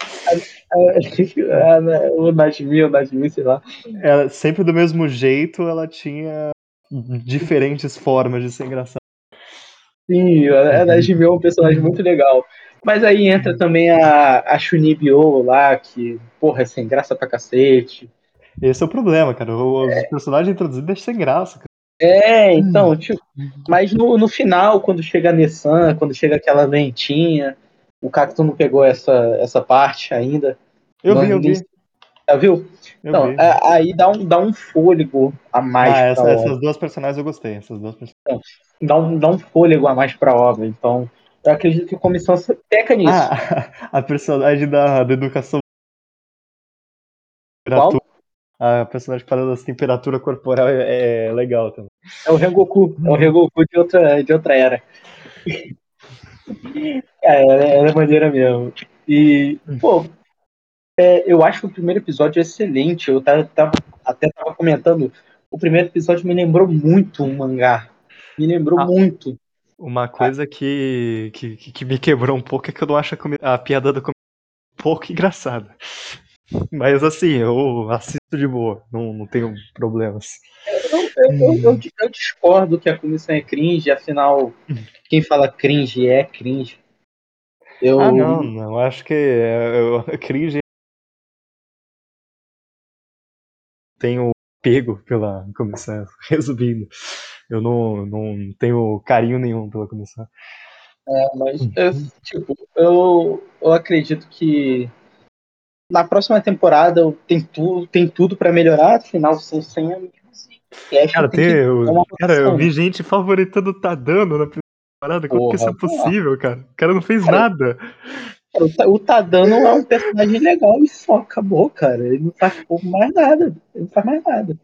O Najmi, o Najmi, sei lá. Ela, sempre do mesmo jeito, ela tinha diferentes formas de ser engraçada. Sim, a Najmi é um personagem muito legal. Mas aí entra também a, a Shunibyo lá, que, porra, é sem graça pra cacete. Esse é o problema, cara. Os personagens introduzidos deixam sem graça, cara. É, então, tipo, mas no, no final, quando chega a Nessan, quando chega aquela lentinha, o Cacto não pegou essa, essa parte ainda. Eu Não, vi, eu nem, vi, já viu? eu Então, vi. a- aí dá um, dá um fôlego a mais Ah, pra essa- obra. essas duas personagens eu gostei. Essas duas personagens. Então, dá um, dá um fôlego a mais pra obra. Então, eu acredito que a comissão peca nisso. Ah, a personagem da, da educação Qual? temperatura, a personagem falando das temperatura corporal é, é legal também. É o Rengoku. É o Rengoku de outra, de outra era. É, ela é, ela é maneira mesmo. E, pô, é, eu acho que o primeiro episódio é excelente. Eu tava, tava- até tava comentando. O primeiro episódio me lembrou muito um mangá. Me lembrou Ah, muito. uma Ah, coisa que, que, que me quebrou um pouco é que eu não acho a, comi- a piada do comi- um pouco engraçada. Mas assim, eu assisto de boa, não, não tenho problemas. eu, eu, eu, eu, eu discordo que a comissão é cringe, afinal, quem fala cringe é cringe. Ah, Eu. não, não, acho que é, eu, cringe tenho pego pela comissão, resumindo. Eu não, não tenho carinho nenhum pela comissão. Mas, eu, tipo, eu, eu acredito que na próxima temporada tem, tu, tem tudo pra melhorar, afinal, sem, sem amigos. E Ash Cara, tem tem, que dar eu, uma cara, eu posição, né? vi gente favoritando o Tadano na primeira temporada. Como que isso Porra. é possível, cara? O cara não fez Cara, nada. o, Ta- o Tadano é um personagem legal e só acabou, cara. Ele não faz por mais nada. Ele não faz mais nada.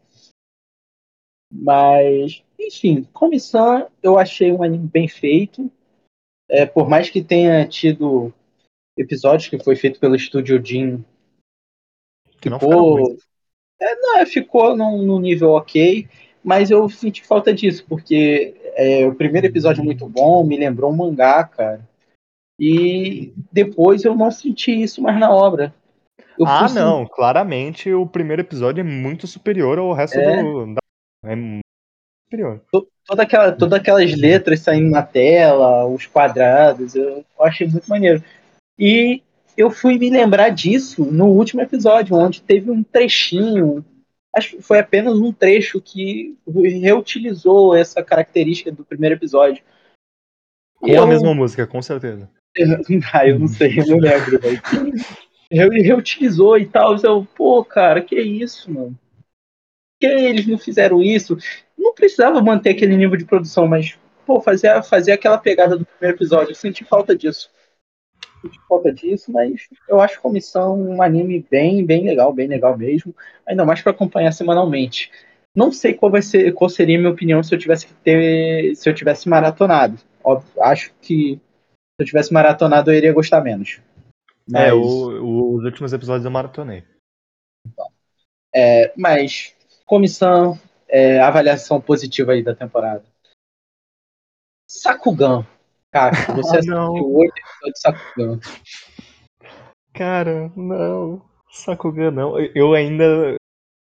Mas, enfim, Comissão eu achei um anime bem feito. É, por mais que tenha tido episódios que foi feito pelo estúdio Jin, Que não ficaram ruins. ficou. É, não, ficou num, num nível ok, mas eu senti falta disso, porque é, o primeiro episódio é muito bom, me lembrou um mangá, cara. E depois eu não senti isso mais na obra. Eu fui Ah, sentir. não, claramente o primeiro episódio é muito superior ao resto É, do. Da... É muito superior. to- toda aquela, todas aquelas letras saindo na tela, os quadrados, eu, eu achei muito maneiro. E eu fui me lembrar disso no último episódio, onde teve um trechinho, acho que foi apenas um trecho que reutilizou essa característica do primeiro episódio. E Com a eu, mesma música, com certeza. ah, eu não sei, eu não lembro, mas re- reutilizou e tal. Eu, pô, cara, que isso, mano? Por que eles não fizeram isso? Não precisava manter aquele nível de produção, mas, pô, fazer, fazer aquela pegada do primeiro episódio. Eu senti falta disso. Senti falta disso, mas eu acho Comissão um anime bem, bem legal, bem legal mesmo. Ainda mais para acompanhar semanalmente. Não sei qual vai ser, qual seria a minha opinião se eu tivesse que ter, se eu tivesse maratonado. Óbvio, acho que se eu tivesse maratonado eu iria gostar menos. É, o, Mas, o- os últimos episódios eu maratonei. é, mas comissão, é, avaliação positiva aí da temporada. Sakugan, Cacto, você Ah, não. assistiu oito episódios de Sakugan. Cara, não. Sakugan, não. Eu ainda.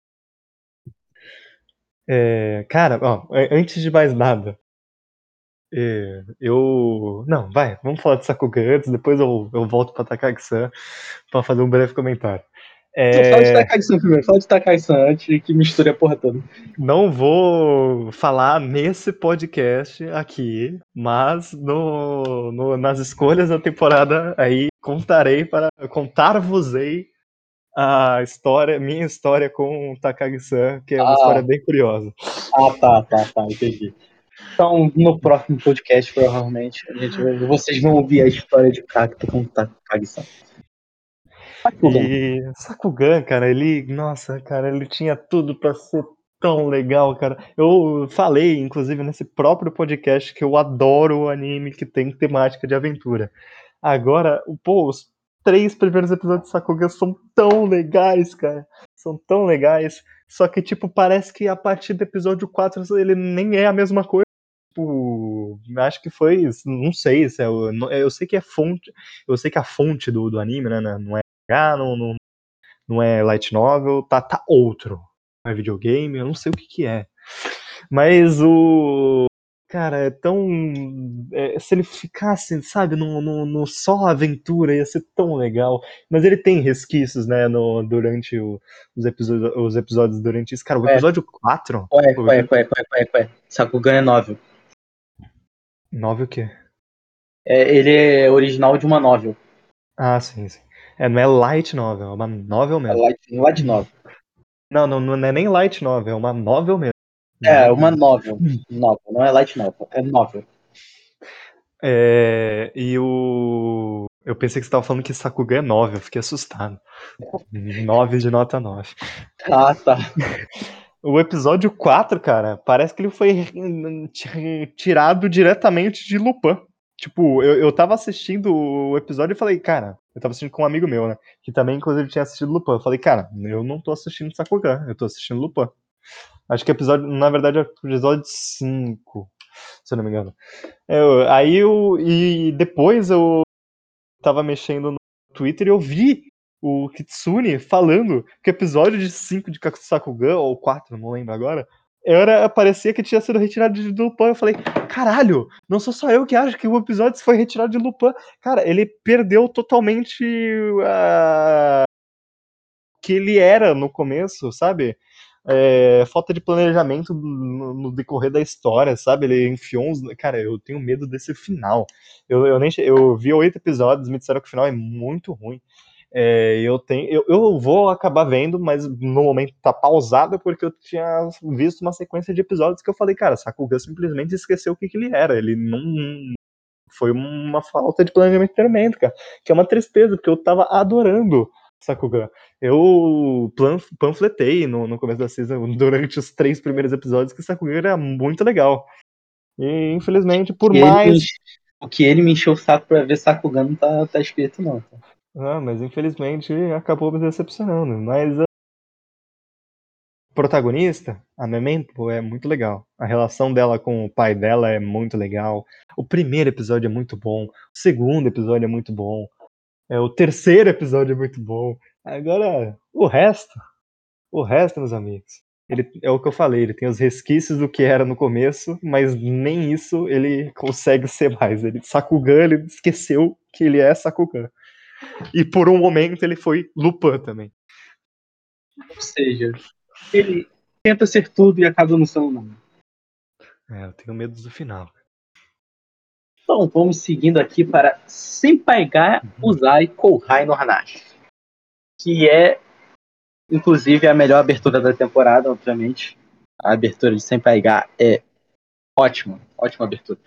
É, cara, ó, antes de mais nada, é, eu. Não, vai, vamos falar de Sakugan antes, depois eu, eu volto pra Takagi-san pra fazer um breve comentário. Não, fala de É, Takagi-san primeiro, fala de Takagi-san antes que misture a porra toda. não vou falar nesse podcast aqui, mas no, no- nas escolhas da temporada aí contarei para contar-vos-ei a história, minha história com o Takagi-san, que é uma história Ah, bem curiosa. ah, tá, tá, tá, entendi. Então, no próximo podcast, provavelmente, a gente, vai- vocês vão ouvir a história de Cacto com Takagi-san. Bakugan. E Sakugan, cara, ele, nossa, cara, ele tinha tudo pra ser tão legal, cara. Eu falei, inclusive, nesse próprio podcast que eu adoro o anime que tem temática de aventura. Agora, pô, os três primeiros episódios de Sakugan são tão legais, cara. São tão legais. Só que, tipo, parece que a partir do episódio quatro ele nem é a mesma coisa. Tipo, acho que foi, não sei se é, o- eu sei que é fonte, eu sei que a fonte do, do anime, né, não é não, não, não é light novel, tá, tá outro. Não é videogame, eu não sei o que que é. Mas o... Cara, é tão... é, se ele ficasse, sabe, no, no, no só aventura, ia ser tão legal. Mas ele tem resquícios, né, no, durante o, os, episódios, os episódios durante isso. Cara, o É, episódio quatro... qual é, O qual é, epi- qual é, qual é, qual é, qual é? Sakugan é novel. nove o quê? É, ele é original de uma novel. Ah, sim, sim. É, não é light novel, é uma novel É mesmo. light, light novel. Não, não, não é nem light novel, é uma novel mesmo. Não É, é... uma novel. Novel, não é light novel, é novel. É, e o. Eu pensei que você estava falando que Sakugan é nove, eu fiquei assustado. nove de nota nove. Ah, tá. O episódio quatro, cara, parece que ele foi tirado diretamente de Lupin. Tipo, eu, eu tava assistindo o episódio e falei, cara, eu tava assistindo com um amigo meu, né? Que também, inclusive, tinha assistido Lupin. Eu falei, cara, eu não tô assistindo Sakugan, eu tô assistindo Lupin. Acho que o episódio, na verdade, é o episódio cinco, se eu não me engano. Eu, aí eu. E depois eu tava mexendo no Twitter e eu vi o Kitsune falando que o episódio de cinco de Sakugan, ou quatro, não lembro agora, era, parecia que tinha sido retirado de Lupin. Eu falei, caralho, não sou só eu que acho que o episódio foi retirado de Lupin. Cara, ele perdeu totalmente a... que ele era no começo, sabe? É, falta de planejamento no, no decorrer da história, sabe? Ele enfiou uns. Cara, eu tenho medo desse final. Eu, eu, nem, che- eu vi oito episódios, me disseram que o final é muito ruim. É, eu, tenho, eu, eu vou acabar vendo, mas no momento tá pausado porque eu tinha visto uma sequência de episódios que eu falei, cara, Sakugan simplesmente esqueceu o que, que ele era. Ele não. Foi uma falta de planejamento tremendo, cara. Que é uma tristeza, porque eu tava adorando Sakugan. Eu plan- panfletei no, no começo da season, durante os três primeiros episódios, que Sakugan era muito legal. E infelizmente, por E ele me mais. enche- o que ele me encheu o saco pra ver Sakugan não tá, tá escrito, não. Tá? Ah, mas infelizmente acabou me decepcionando. Mas a protagonista, a Memento, é muito legal. A relação dela com o pai dela é muito legal. O primeiro episódio é muito bom. O segundo episódio é muito bom. É, o terceiro episódio é muito bom. Agora, o resto, o resto, meus amigos, ele é o que eu falei, ele tem os resquícios do que era no começo, mas nem isso ele consegue ser mais. Ele Sakugan, ele esqueceu que ele é Sakugan. E por um momento ele foi Lupin também. Ou seja, ele tenta ser tudo e acaba não sendo nada. É, eu tenho medo do final. Então, vamos seguindo aqui para Senpaiga Uzai Kouhai no Hanashi. Que é, inclusive, a melhor abertura da temporada, obviamente. A abertura de Senpaiga é ótima, ótima abertura.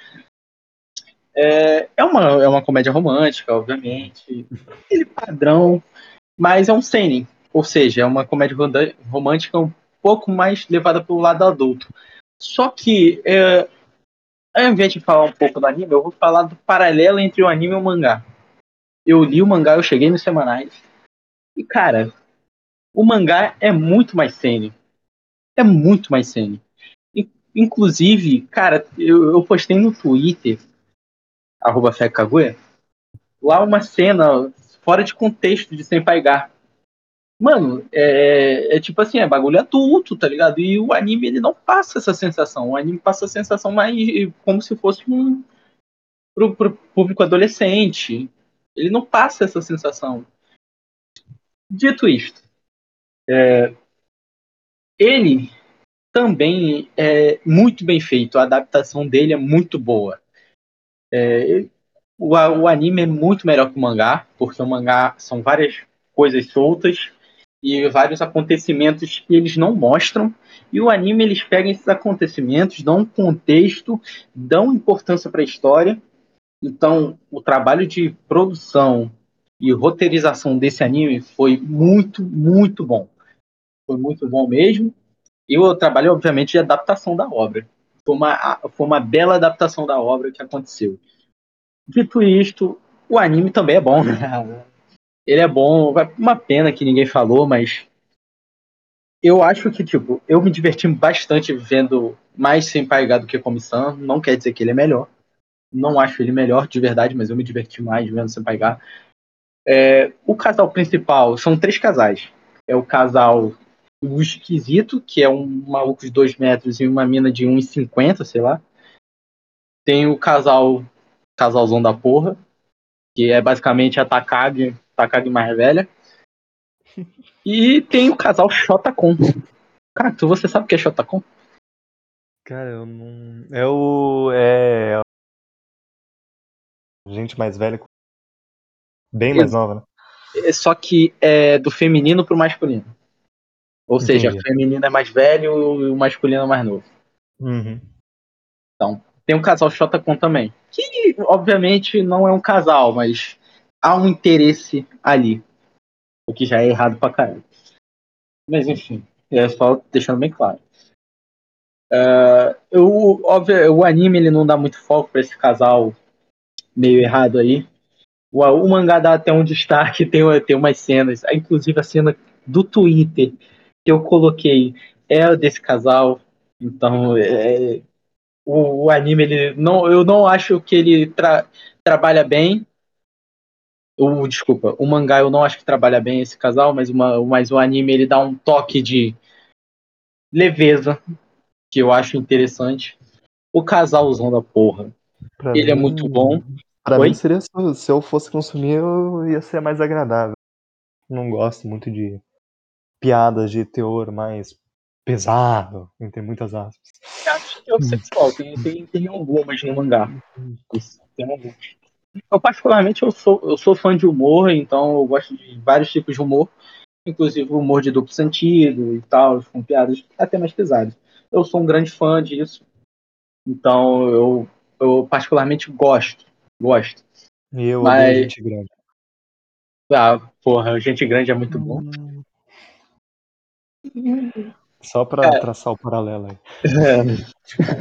É, é, uma, é uma comédia romântica, obviamente. Aquele padrão, mas é um seinen. Ou seja, é uma comédia romântica um pouco mais levada para o lado adulto. Só que, é, ao invés de falar um pouco do anime, eu vou falar do paralelo entre o anime e o mangá. Eu li o mangá, eu cheguei nos semanais. E, cara, o mangá é muito mais seinen. É muito mais seinen. Inclusive, cara, eu, eu postei no Twitter, arroba Fekaguya, lá uma cena fora de contexto de Senpai Gar. Mano, é, é tipo assim, é bagulho adulto, tá ligado? E o anime, ele não passa essa sensação. O anime passa a sensação mais como se fosse um pro, pro público adolescente. Ele não passa essa sensação. Dito isto, É, ele também é muito bem feito, a adaptação dele é muito boa. É, o, o anime é muito melhor que o mangá, porque o mangá são várias coisas soltas e vários acontecimentos que eles não mostram. E o anime, eles pegam esses acontecimentos, dão um contexto, dão importância para a história. Então, o trabalho de produção e roteirização desse anime foi muito, muito bom. Foi muito bom mesmo. E o trabalho, obviamente, de adaptação da obra. Foi uma, foi uma bela adaptação da obra que aconteceu. Dito isto, o anime também é bom, né? Ele é bom, uma pena que ninguém falou, mas eu acho que, tipo, eu me diverti bastante vendo mais Senpai do que Komi-san. Não quer dizer que ele é melhor. Não acho ele melhor, de verdade, mas eu me diverti mais vendo Senpai. É, o casal principal, são três casais. É o casal o esquisito, que é um maluco de dois metros e uma mina de um e cinquenta, sei lá. Tem o casal, casalzão da porra, que é basicamente a Takagi, Takagi mais velha. E tem o casal Shotacon. Cara, tu você sabe o que é Shotacon? Cara, eu não. É o. É. Gente mais velha, bem mais nova, né? É, só que é do feminino pro masculino. Ou seja, o Entendi. feminino é mais velho e o masculino é mais novo. Uhum. Então, tem um casal Shotacon também. Que, obviamente, não é um casal, mas há um interesse ali. O que já é errado pra caralho. Mas, enfim, é só deixando bem claro. Uh, eu, óbvio, o anime ele não dá muito foco pra esse casal meio errado aí. O, o mangá dá até um destaque, tem, tem umas cenas, inclusive a cena do Twitter que eu coloquei é a desse casal. Então, é, o, o anime, ele não, eu não acho que ele tra, trabalha bem. O, desculpa, o mangá eu não acho que trabalha bem esse casal, mas, uma, mas o anime ele dá um toque de leveza que eu acho interessante. O casalzão da porra, Pra ele é muito bom. mim. Pra mim Oi? seria. Se eu fosse consumir, eu ia ser mais agradável. Não gosto muito de piadas de teor mais pesado, entre muitas aspas. Eu acho que é o sexual, tem, tem, tem algumas no mangá. Tem algumas. Eu, particularmente, eu sou, eu sou fã de humor, então eu gosto de vários tipos de humor, inclusive humor de duplo sentido e tal, com piadas até mais pesadas. Eu sou um grande fã disso, então eu, eu particularmente gosto, gosto. E eu odeio Mas, gente grande. ah, porra, Gente Grande é muito bom. Hum. Só pra É, traçar o paralelo aí. é.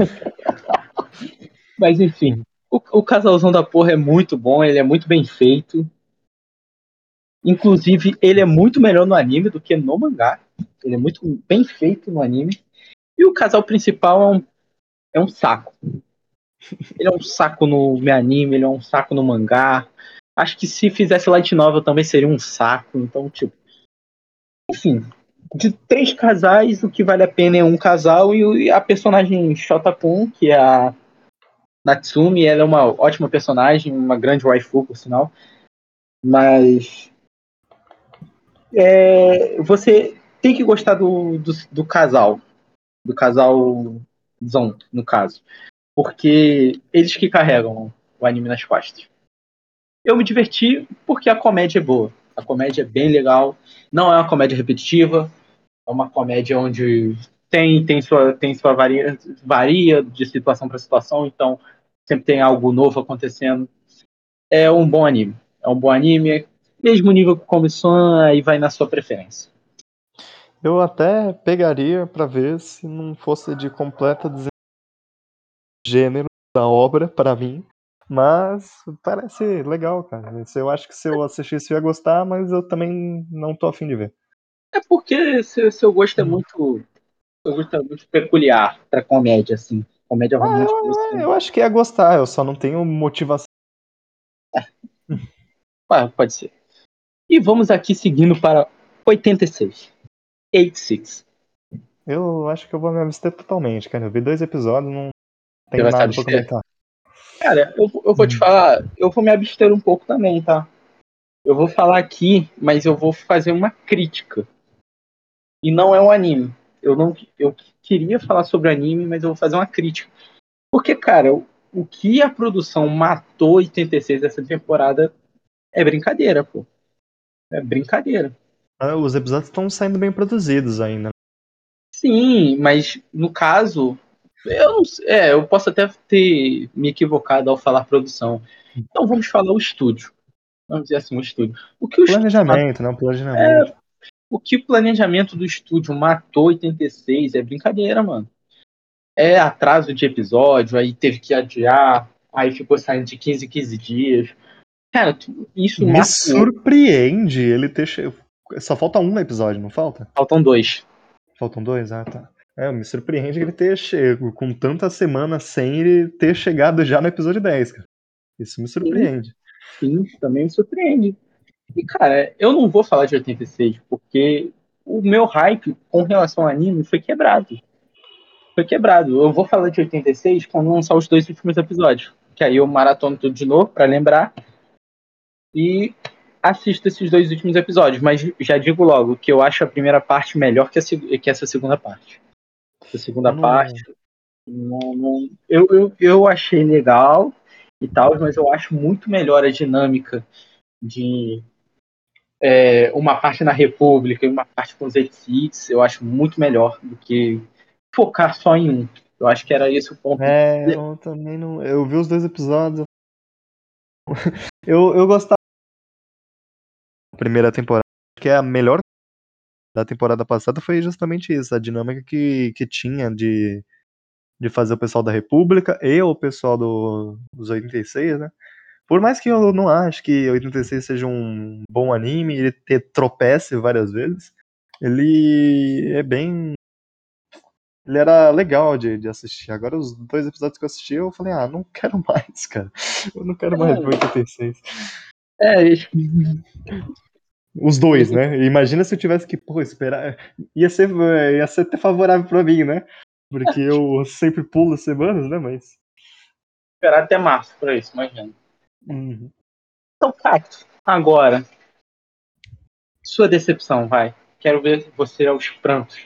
Mas enfim, o, o casalzão da porra é muito bom, ele é muito bem feito. Inclusive, ele é muito melhor no anime do que no mangá. Ele é muito bem feito no anime. E o casal principal é um, é um saco. Ele é um saco no meu anime, ele é um saco no mangá. Acho que se fizesse light novel também seria um saco. Então, tipo. Enfim, de três casais, o que vale a pena é um casal e a personagem Shotapon, que é a Natsumi, ela é uma ótima personagem, uma grande waifu, por sinal. Mas é, você tem que gostar do, do, do casal. Do casalzão, no caso. Porque eles que carregam o anime nas costas. Eu me diverti porque a comédia é boa. A comédia é bem legal. Não é uma comédia repetitiva. É uma comédia onde tem, tem sua, tem sua varia, varia de situação para situação. Então, sempre tem algo novo acontecendo. É um bom anime. É um bom anime. Mesmo nível que o Komi-san, aí vai na sua preferência. Eu até pegaria pra ver se não fosse de completa gênero da obra pra mim. Mas parece legal, cara. Eu acho que se eu assistisse eu ia gostar, mas eu também não tô afim de ver. É porque seu, seu gosto é muito. Seu gosto é muito peculiar pra comédia, assim. Comédia Ah, romântica eu, você. eu acho que ia gostar, eu só não tenho motivação. Ah, pode ser. E vamos aqui seguindo para oitenta e seis. oitenta e seis. Eu acho que eu vou me abster totalmente, cara. Eu vi dois episódios, não Você tenho vai se nada pra abster? comentar. Cara, eu, eu vou te falar, eu vou me abster um pouco também, tá? Eu vou falar aqui, mas eu vou fazer uma crítica. E não é um anime. Eu não eu queria falar sobre anime, mas eu vou fazer uma crítica. Porque, cara, o, o que a produção matou oitenta e seis dessa temporada é brincadeira, pô. É brincadeira. Ah, os episódios estão saindo bem produzidos ainda. Sim, mas no caso, eu não sei, é, eu posso até ter me equivocado ao falar produção. Então vamos falar o estúdio. Vamos dizer assim, o estúdio. O que o estúdio, Planejamento, né? Um planejamento. o que o planejamento do estúdio matou oitenta e seis é brincadeira, mano. É atraso de episódio, aí teve que adiar, aí ficou saindo de quinze em quinze dias. Cara, isso Me matou. surpreende ele ter. Che... Só falta um episódio, não falta? Faltam dois. Faltam dois? Ah, tá. É, me surpreende ele ter chego com tantas semanas sem ele ter chegado já no episódio dez, cara. Isso me Sim, surpreende. sim, também me surpreende. E, cara, eu não vou falar de oitenta e seis, porque o meu hype com relação ao anime foi quebrado. Foi quebrado. Eu vou falar de oitenta e seis quando lançar os dois últimos episódios. Que aí eu maratono tudo de novo pra lembrar e assisto esses dois últimos episódios. Mas já digo logo que eu acho a primeira parte melhor que, a, que essa segunda parte. A segunda Eu parte, não. não, não, eu, eu, eu achei legal e tal, mas eu acho muito melhor a dinâmica de é, uma parte na República e uma parte com os Exits. Eu acho muito melhor do que focar só em um. Eu acho que era esse o ponto. É, eu também não. Eu vi os dois episódios. Eu, eu gostava da primeira temporada, que é a melhor da temporada passada, foi justamente isso, a dinâmica que, que tinha de, de fazer o pessoal da República e o pessoal do, dos oitenta e seis, né? Por mais que eu não acho que oitenta e seis seja um bom anime, ele te tropece várias vezes, ele é bem. Ele era legal de, de assistir. Agora, os dois episódios que eu assisti, eu falei, ah, não quero mais, cara. Eu não quero mais ver oitenta e seis. É, é, Os dois, né? Imagina se eu tivesse que, pô, esperar. Ia ser, ia ser até favorável pra mim, né? Porque eu sempre pulo semanas, né? Mas. esperar até março para isso, imagina. Uhum. Então, Cacto, agora, sua decepção, vai. Quero ver você aos prantos.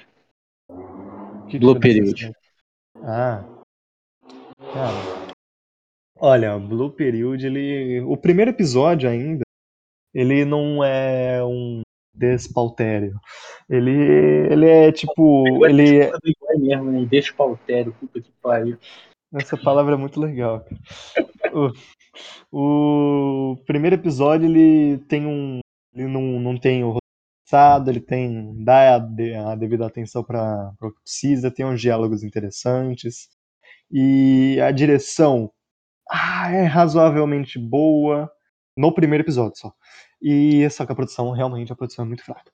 O que, que Blue foi Period. decepcionante? Ah, cara. Olha, o Blue Period, ele. O primeiro episódio ainda, ele não é um despautério. Ele, ele é tipo. Pegou a Ele. desculpa do igual mesmo, né? Despautério, puta que pariu. Essa palavra é muito legal, cara. O, o primeiro episódio, ele tem um. Ele não, não tem o roteiro, ele tem. Dá a, de- a devida atenção para o que precisa, tem uns diálogos interessantes. E a direção ah, é razoavelmente boa no primeiro episódio só. E só que a produção, realmente, a produção é muito fraca.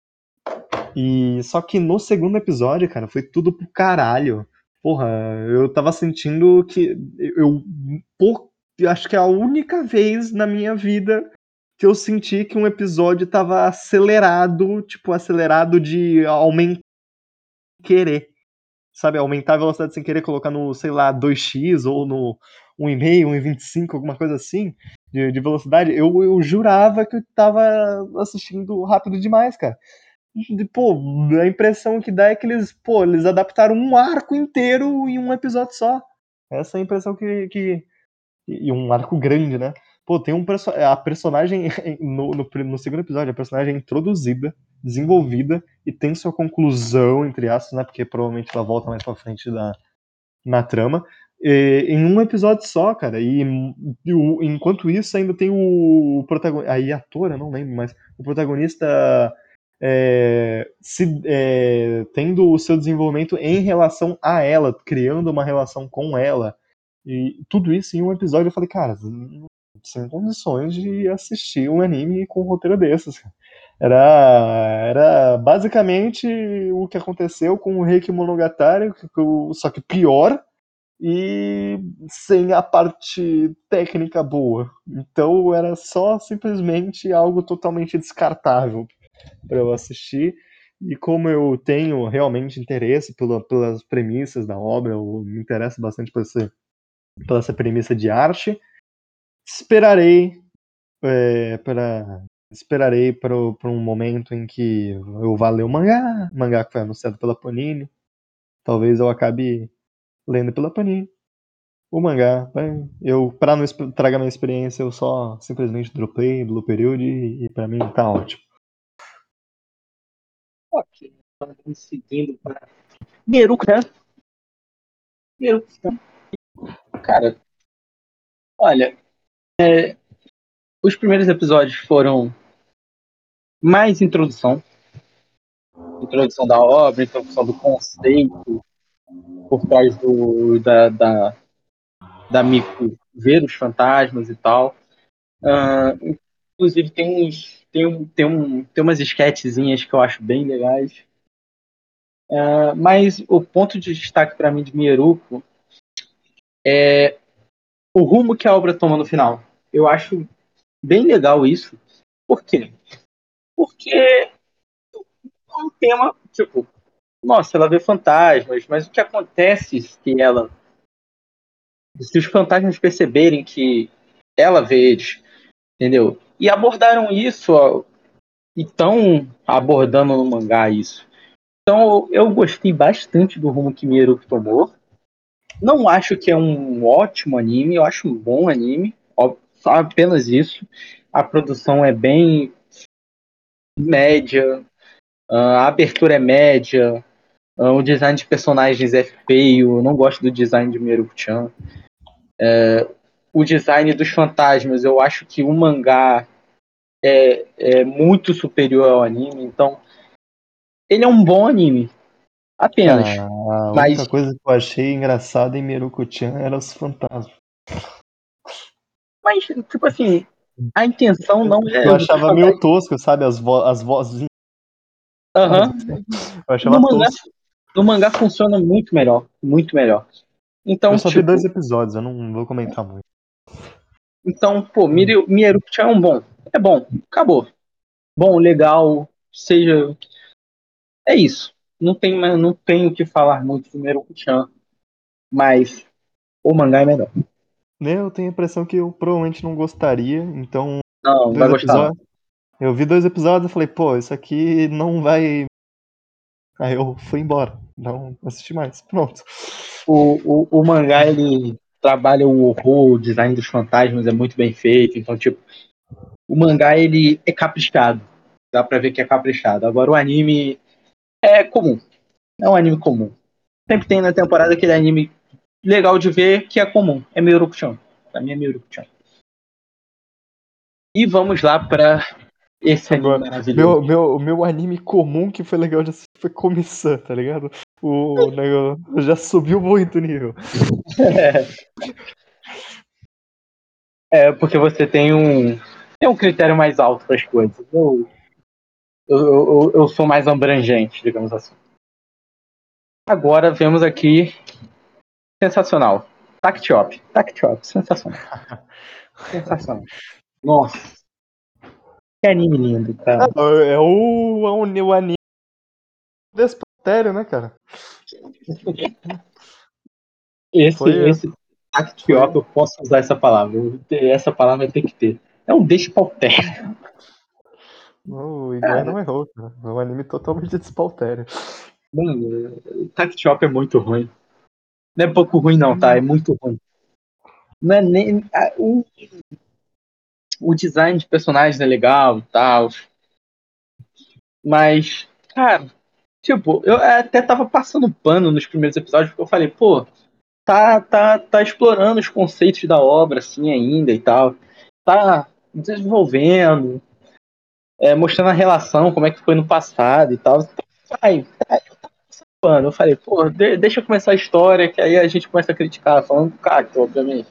E só que no segundo episódio, cara, foi tudo pro caralho. Porra, eu tava sentindo que eu, por, eu acho que é a única vez na minha vida que eu senti que um episódio tava acelerado, tipo, acelerado de aumentar querer. Sabe, aumentar a velocidade sem querer, colocar no, sei lá, dois x ou no um vírgula cinco, um vírgula vinte e cinco, alguma coisa assim, de, de velocidade. Eu, eu jurava que eu tava assistindo rápido demais, cara. Pô, a impressão que dá é que eles, pô, eles adaptaram um arco inteiro em um episódio só. Essa é a impressão que. que e um arco grande, né? Pô, tem um perso a personagem no, no, no segundo episódio, a personagem é introduzida, desenvolvida e tem sua conclusão, entre aspas, né? Porque provavelmente ela volta mais pra frente da, na trama. E, em um episódio só, cara. E, e o, enquanto isso, ainda tem o protagonista. Aí, ator, eu não lembro, mas o protagonista é, se, é, tendo o seu desenvolvimento em relação a ela, criando uma relação com ela. E tudo isso em um episódio eu falei, cara, sem condições de assistir um anime com um roteiro desses. Era, era basicamente o que aconteceu com o Reiki Monogatari, só que pior e sem a parte técnica boa. Então era só simplesmente algo totalmente descartável para eu assistir. E como eu tenho realmente interesse pela, pelas premissas da obra, eu me interesso bastante por essa, pela essa premissa de arte, esperarei é, para esperarei para um momento em que eu vá ler o mangá, mangá que foi anunciado pela Panini. Talvez eu acabe lendo pela Panini o mangá. Eu, para não estragar minha experiência, eu só simplesmente dropei Blue Period e, e para mim tá ótimo. Ok, estamos seguindo para Neruko-chan. Neruko-chan. Cara, olha, é, os primeiros episódios foram mais introdução. Introdução da obra, introdução do conceito por trás do, da, da, da Miku ver os fantasmas e tal. Uh, inclusive tem uns tem, um, tem, um, tem umas sketchzinhas que eu acho bem legais. Uh, mas o ponto de destaque para mim de Mieruko é o rumo que a obra toma no final. Eu acho bem legal isso. Por quê? Porque é um tema, tipo, nossa, ela vê fantasmas, mas o que acontece se ela. Se os fantasmas perceberem que ela vê eles, entendeu? E abordaram isso, ó, e estão abordando no mangá isso. Então eu gostei bastante do rumo que Mieruko tomou. Não acho que é um ótimo anime, eu acho um bom anime, ó, só apenas isso. A produção é bem média, a abertura é média, o design de personagens é feio, eu não gosto do design de Mieruko-chan. É, o design dos fantasmas, eu acho que o mangá é, é muito superior ao anime, então ele é um bom anime, Cara, apenas. a Mas, única coisa que eu achei engraçada em Mieruko-chan era os fantasmas. mas, tipo assim, a intenção não Eu é dos achava meio fantasmas. tosco, sabe? As, vo as vozinhas. Aham. Eu No achava mangá, tosco. no mangá funciona muito melhor, muito melhor. Eu Então, só vi dois tipo, episódios, eu não vou comentar muito. então, pô, Mieruko-chan é um bom. É bom, acabou. Bom, legal, seja. É isso. Não tem, não tenho o que falar muito do Mieruko-chan, mas o mangá é melhor. Eu tenho a impressão que eu provavelmente não gostaria, então Não, não vai dois gostar não. episódios. Eu vi dois episódios e falei, pô, isso aqui não vai. Aí eu fui embora, não assisti mais. Pronto. O, o, o mangá, ele trabalha o horror, o design dos fantasmas é muito bem feito, então, tipo, o mangá, ele é caprichado. Dá pra ver que é caprichado. Agora, o anime é comum. É um anime comum. Sempre tem na temporada aquele anime legal de ver que é comum. É Mieruko-chan. Pra mim é Mieruko-chan. E vamos lá pra esse anime Agora, maravilhoso. meu, meu, meu anime comum que foi legal de assistir foi Komi-san, tá ligado? O negócio já subiu muito o nível. É, porque você tem um, tem um critério mais alto para as coisas. Eu, eu, eu, eu sou mais abrangente, digamos assim. Agora vemos aqui. Sensacional. Tactiop. Tactiop. Sensacional. Sensacional. Nossa. Que anime lindo, cara. É o, é o, o anime Despatério, né, cara? Esse, Foi, esse Tactiop, foi. eu posso usar essa palavra. Eu- essa palavra tem que ter. É um despautério. O Higuaín Cara, não errou, cara. É um anime totalmente despautério. mano, o Tactiop é muito ruim. Não é pouco ruim, não, tá? É muito ruim. Não é nem. a- O, o design de personagens é legal e tal. Mas, cara, tipo, eu até tava passando pano nos primeiros episódios, porque eu falei, pô, tá, tá, tá explorando os conceitos da obra, assim, ainda e tal. Tá desenvolvendo, é, mostrando a relação, como é que foi no passado e tal. Vai, tá pano. Eu falei, pô, de- deixa eu começar a história, que aí a gente começa a criticar, falando do cacto, obviamente.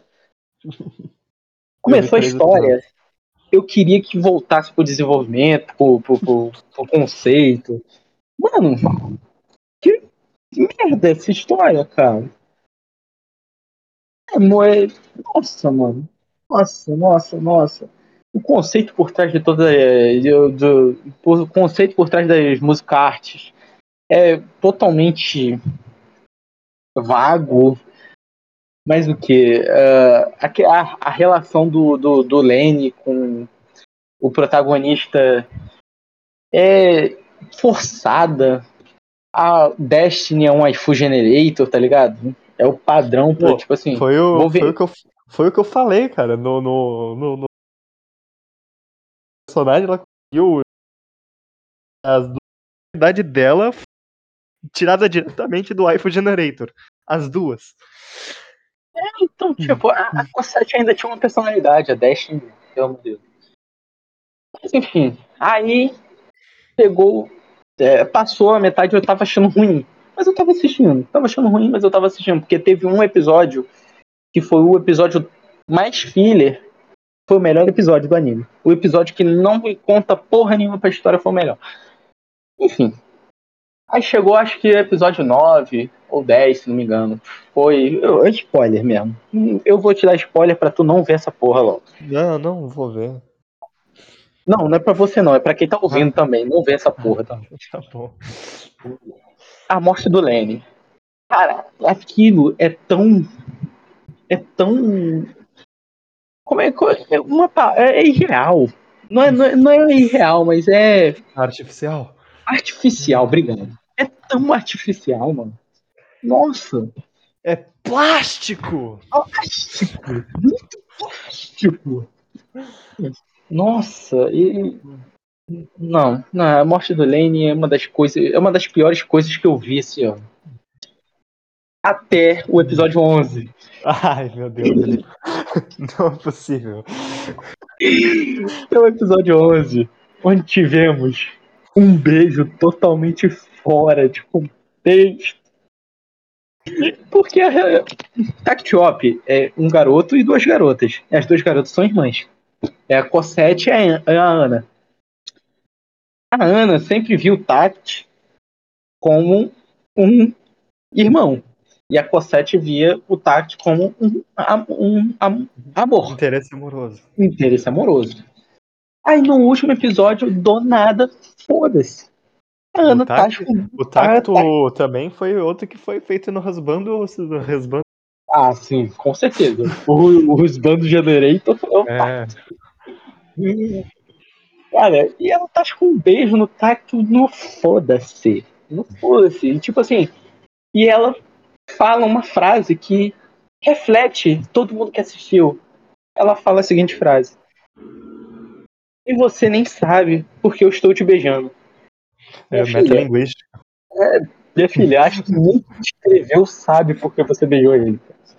Eu vi Começou a três história, episódios. eu queria que voltasse pro desenvolvimento, pro, pro, pro, pro conceito. Mano, que merda essa história, cara. É, moe... Nossa, mano. Nossa, nossa, nossa. O conceito por trás de toda. Do, do, o conceito por trás das música artes é totalmente vago. Mas o que? Uh, a, a, a relação do, do, do Lenny com o protagonista é forçada. A Destiny é um iFu Generator, tá ligado? É o padrão pra, Pô, tipo assim, foi o, vou foi, ver. o que eu, foi o que eu falei, cara, no, no, no, no personagem, ela conseguiu as duas idade dela tirada diretamente do iFu Generator. As duas. Então, tipo, a, a Cosette ainda tinha uma personalidade, a Destiny, pelo amor de Deus. Mas enfim, aí pegou, é, passou a metade, eu tava achando ruim. Mas eu tava assistindo. Tava achando ruim, mas eu tava assistindo. Porque teve um episódio que foi o episódio mais filler. Foi o melhor episódio do anime. O episódio que não conta porra nenhuma pra história foi o melhor. Enfim. Aí chegou, acho que episódio nove ou dez, se não me engano. Foi. É spoiler mesmo. Eu vou te dar spoiler pra tu não ver essa porra logo. Não, não vou ver. Não, não é pra você não, é pra quem tá ouvindo Ah, também. Não vê essa ah, porra. tá, tá bom. A morte do Lenny. Cara, aquilo é tão. É tão. Como é que. É, uma, é, é irreal. Não é, não, é, não é irreal, mas é Artificial? artificial, obrigado. É tão artificial, mano. Nossa. É plástico! Plástico. Muito plástico. Nossa, e. Não, não, a morte do Lane é uma das coisas. É uma das piores coisas que eu vi esse ano. Até o episódio onze. Ai, meu Deus, ele... Não é possível. Até o episódio onze, onde tivemos um beijo totalmente fora de contexto. Porque a Tactiop é um garoto e duas garotas. As duas garotas são irmãs. É a Cosette e a Ana. A Ana sempre viu o Tact como um irmão. E a Cosette via o Tact como um, um, um amor. Interesse amoroso. Interesse amoroso. Aí no último episódio, do nada, foda-se. A O Ana tá tacto, com. o A, tacto tá... também foi outro que foi feito no Rasbando. Rasbando. Ah, sim, com certeza. O, o Husband Generator é o É. Tact. Cara, e ela tá com um beijo no Tact no foda-se. No foda-se. E, tipo assim, e ela fala uma frase que reflete todo mundo que assistiu. Ela fala a seguinte frase: e você nem sabe porque eu estou te beijando. Minha É filha, metalinguística. minha filha, acho que nem escreveu sabe porque você beijou ele.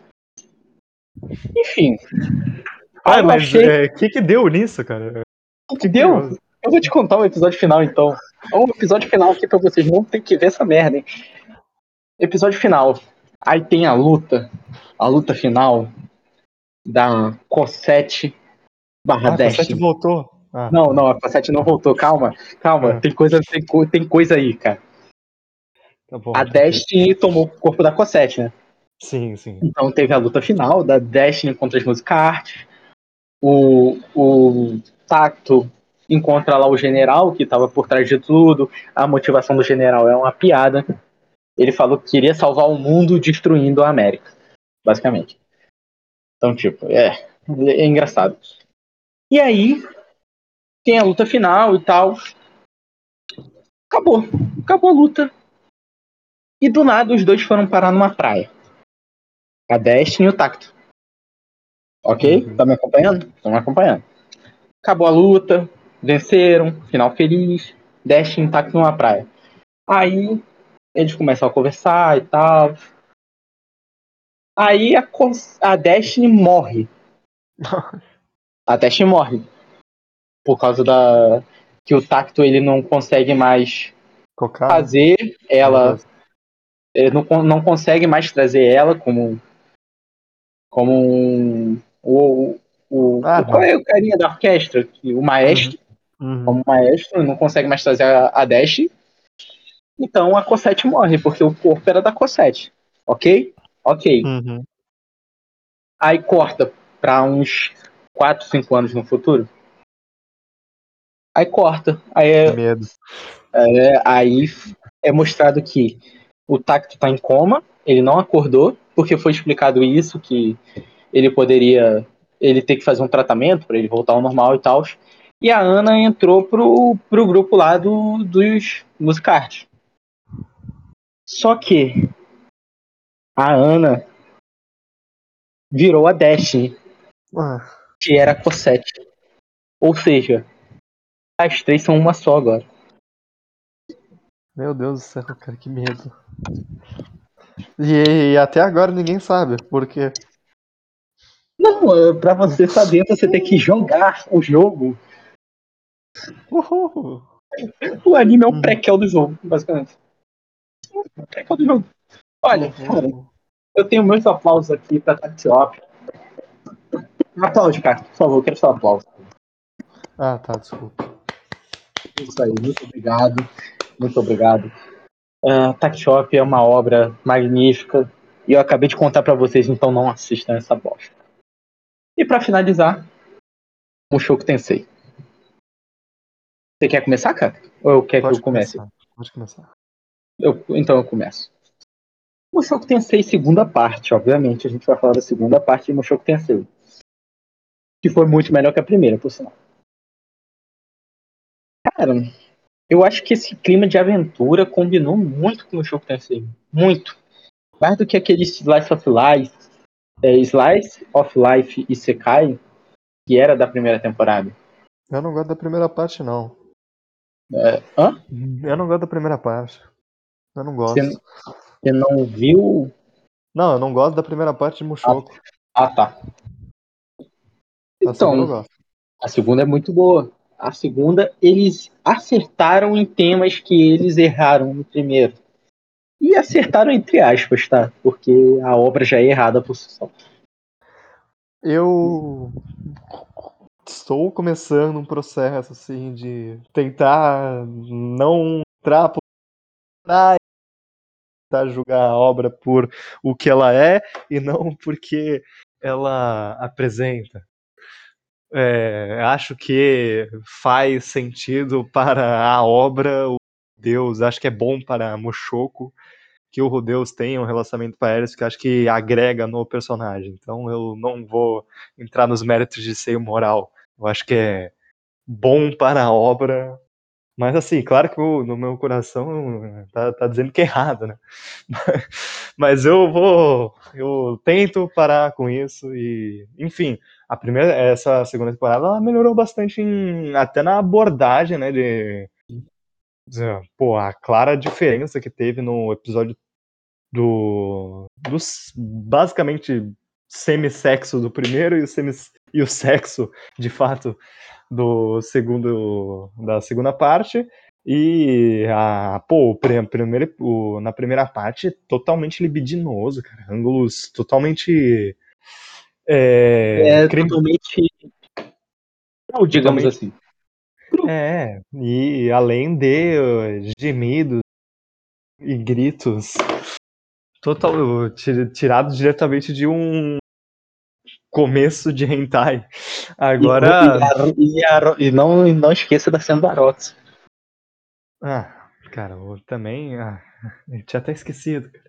Enfim. Aí Ah, eu mas o achei é, que que deu nisso, cara? que Tô deu. curioso. Eu vou te contar o episódio final então. É um episódio final aqui pra vocês não ter que ver essa merda, hein? Episódio final. Aí tem a luta. A luta final da Cosette barra Ah, a Cosette Destiny. voltou. Ah, Não, tá. não, a Cosette não voltou. Calma, calma. Ah, Tem coisa, tem, co- tem coisa aí, cara. tá bom, A tranquilo. Destiny tomou o corpo da Cosette, né? Sim, sim. Então teve a luta final da Destiny contra as Musicards. O, o Tacto encontra lá o general que estava por trás de tudo. A motivação do general é uma piada. Ele falou que queria salvar o mundo destruindo a América, basicamente. Então, tipo, é, é engraçado. E aí, tem a luta final e tal. Acabou. Acabou a luta. E do nada os dois foram parar numa praia. A Destiny e o Tacto. Ok? Uhum. Tá me acompanhando? Estão me acompanhando. Acabou a luta. Venceram. Final feliz. Destiny e Tacto numa praia. Aí eles começam a conversar e tal. Aí a, a Destiny morre. A Destiny morre. Por causa da. Que o Tacto ele não consegue mais Cocada? fazer Meu ela. Deus. Ele não, não consegue mais trazer ela como. Como um. O, o, o, qual Arma. é o carinha da orquestra? Que, o Uhum. maestro. Uhum. Como maestro, não consegue mais trazer a, a Dash. Então a Cosette morre, porque o corpo era da Cosette. Ok? Ok. Uhum. Aí corta pra uns quatro, cinco anos no futuro. Aí corta. Aí Que é, medo. é, aí é mostrado que o Tacto tá em coma, ele não acordou, porque foi explicado isso, que ele poderia ele ter que fazer um tratamento para ele voltar ao normal e tal. E a Ana entrou pro, pro grupo lá do, dos Musicarte. Só que a Ana virou a Destiny, Ah, que era a Cosette. Ou seja, as três são uma só agora. meu Deus do céu, cara, que medo. E, e até agora ninguém sabe, porque. Não, pra você saber, você tem que jogar o jogo. Uhul. O anime é um Uhum. prequel do jogo, basicamente. É um prequel do jogo. Olha, cara, Uhul. eu tenho meus aplausos aqui pra Taxiop. Aplaude, cara, por favor, eu quero seu aplauso. Ah, tá, desculpa. Isso aí, muito obrigado. Muito obrigado. Uh, Tac Shop é uma obra magnífica e eu acabei de contar pra vocês, então não assistam essa bosta. E pra finalizar, Mushoku Tensei. Você quer começar, cara? Ou eu quer que eu Pode comece? começar, pode começar. Eu, então eu começo. Mushoku Tensei segunda parte, obviamente a gente vai falar da segunda parte de Mushoku Tensei, que foi muito melhor que a primeira, por sinal. Cara, eu acho que esse clima de aventura combinou muito com o Mushoku Tensei, muito. Mais do que aquele Slice of Life, é, Slice of Life e Sekai, que era da primeira temporada. Eu não gosto da primeira parte, não. É, hã? Eu não gosto da primeira parte. Eu não Você, gosto. você não viu? Não, eu não gosto da primeira parte de Ah, Mushoku. ah, tá. A segunda eu Então, gosto. a segunda é muito boa. A segunda, eles acertaram em temas que eles erraram no primeiro. E acertaram entre aspas, tá? Porque a obra já é errada por si só. Eu estou começando um processo, assim, de tentar não entrar por trás, tentar julgar a obra por o que ela é e não porque ela apresenta. É, acho que faz sentido para a obra, o Deus, acho que é bom para Mushoku que o Rudeus tenha um relacionamento com a Ares que acho que agrega no personagem. Então eu não vou entrar nos méritos de ser moral. Eu acho que é bom para a obra. Mas assim, claro que eu, no meu coração tá, tá dizendo que é errado, né? Mas eu vou. Eu tento parar com isso e. Enfim, a primeira, essa segunda temporada ela melhorou bastante em, até na abordagem, né? De, de. Pô, a clara diferença que teve no episódio do, do basicamente semissexo do primeiro e o, semi, e o sexo, de fato, do segundo da segunda parte. E a, pô, o primeiro, o, na primeira parte, totalmente libidinoso, cara. Ângulos totalmente. É, É crime, totalmente, digamos totalmente. assim. É, e além de uh, gemidos e gritos total, tirados diretamente de um começo de hentai. E, e, Agora. e, e não, não esqueça da cena do Arox. Ah, cara, eu também. Ah, eu tinha até esquecido, cara.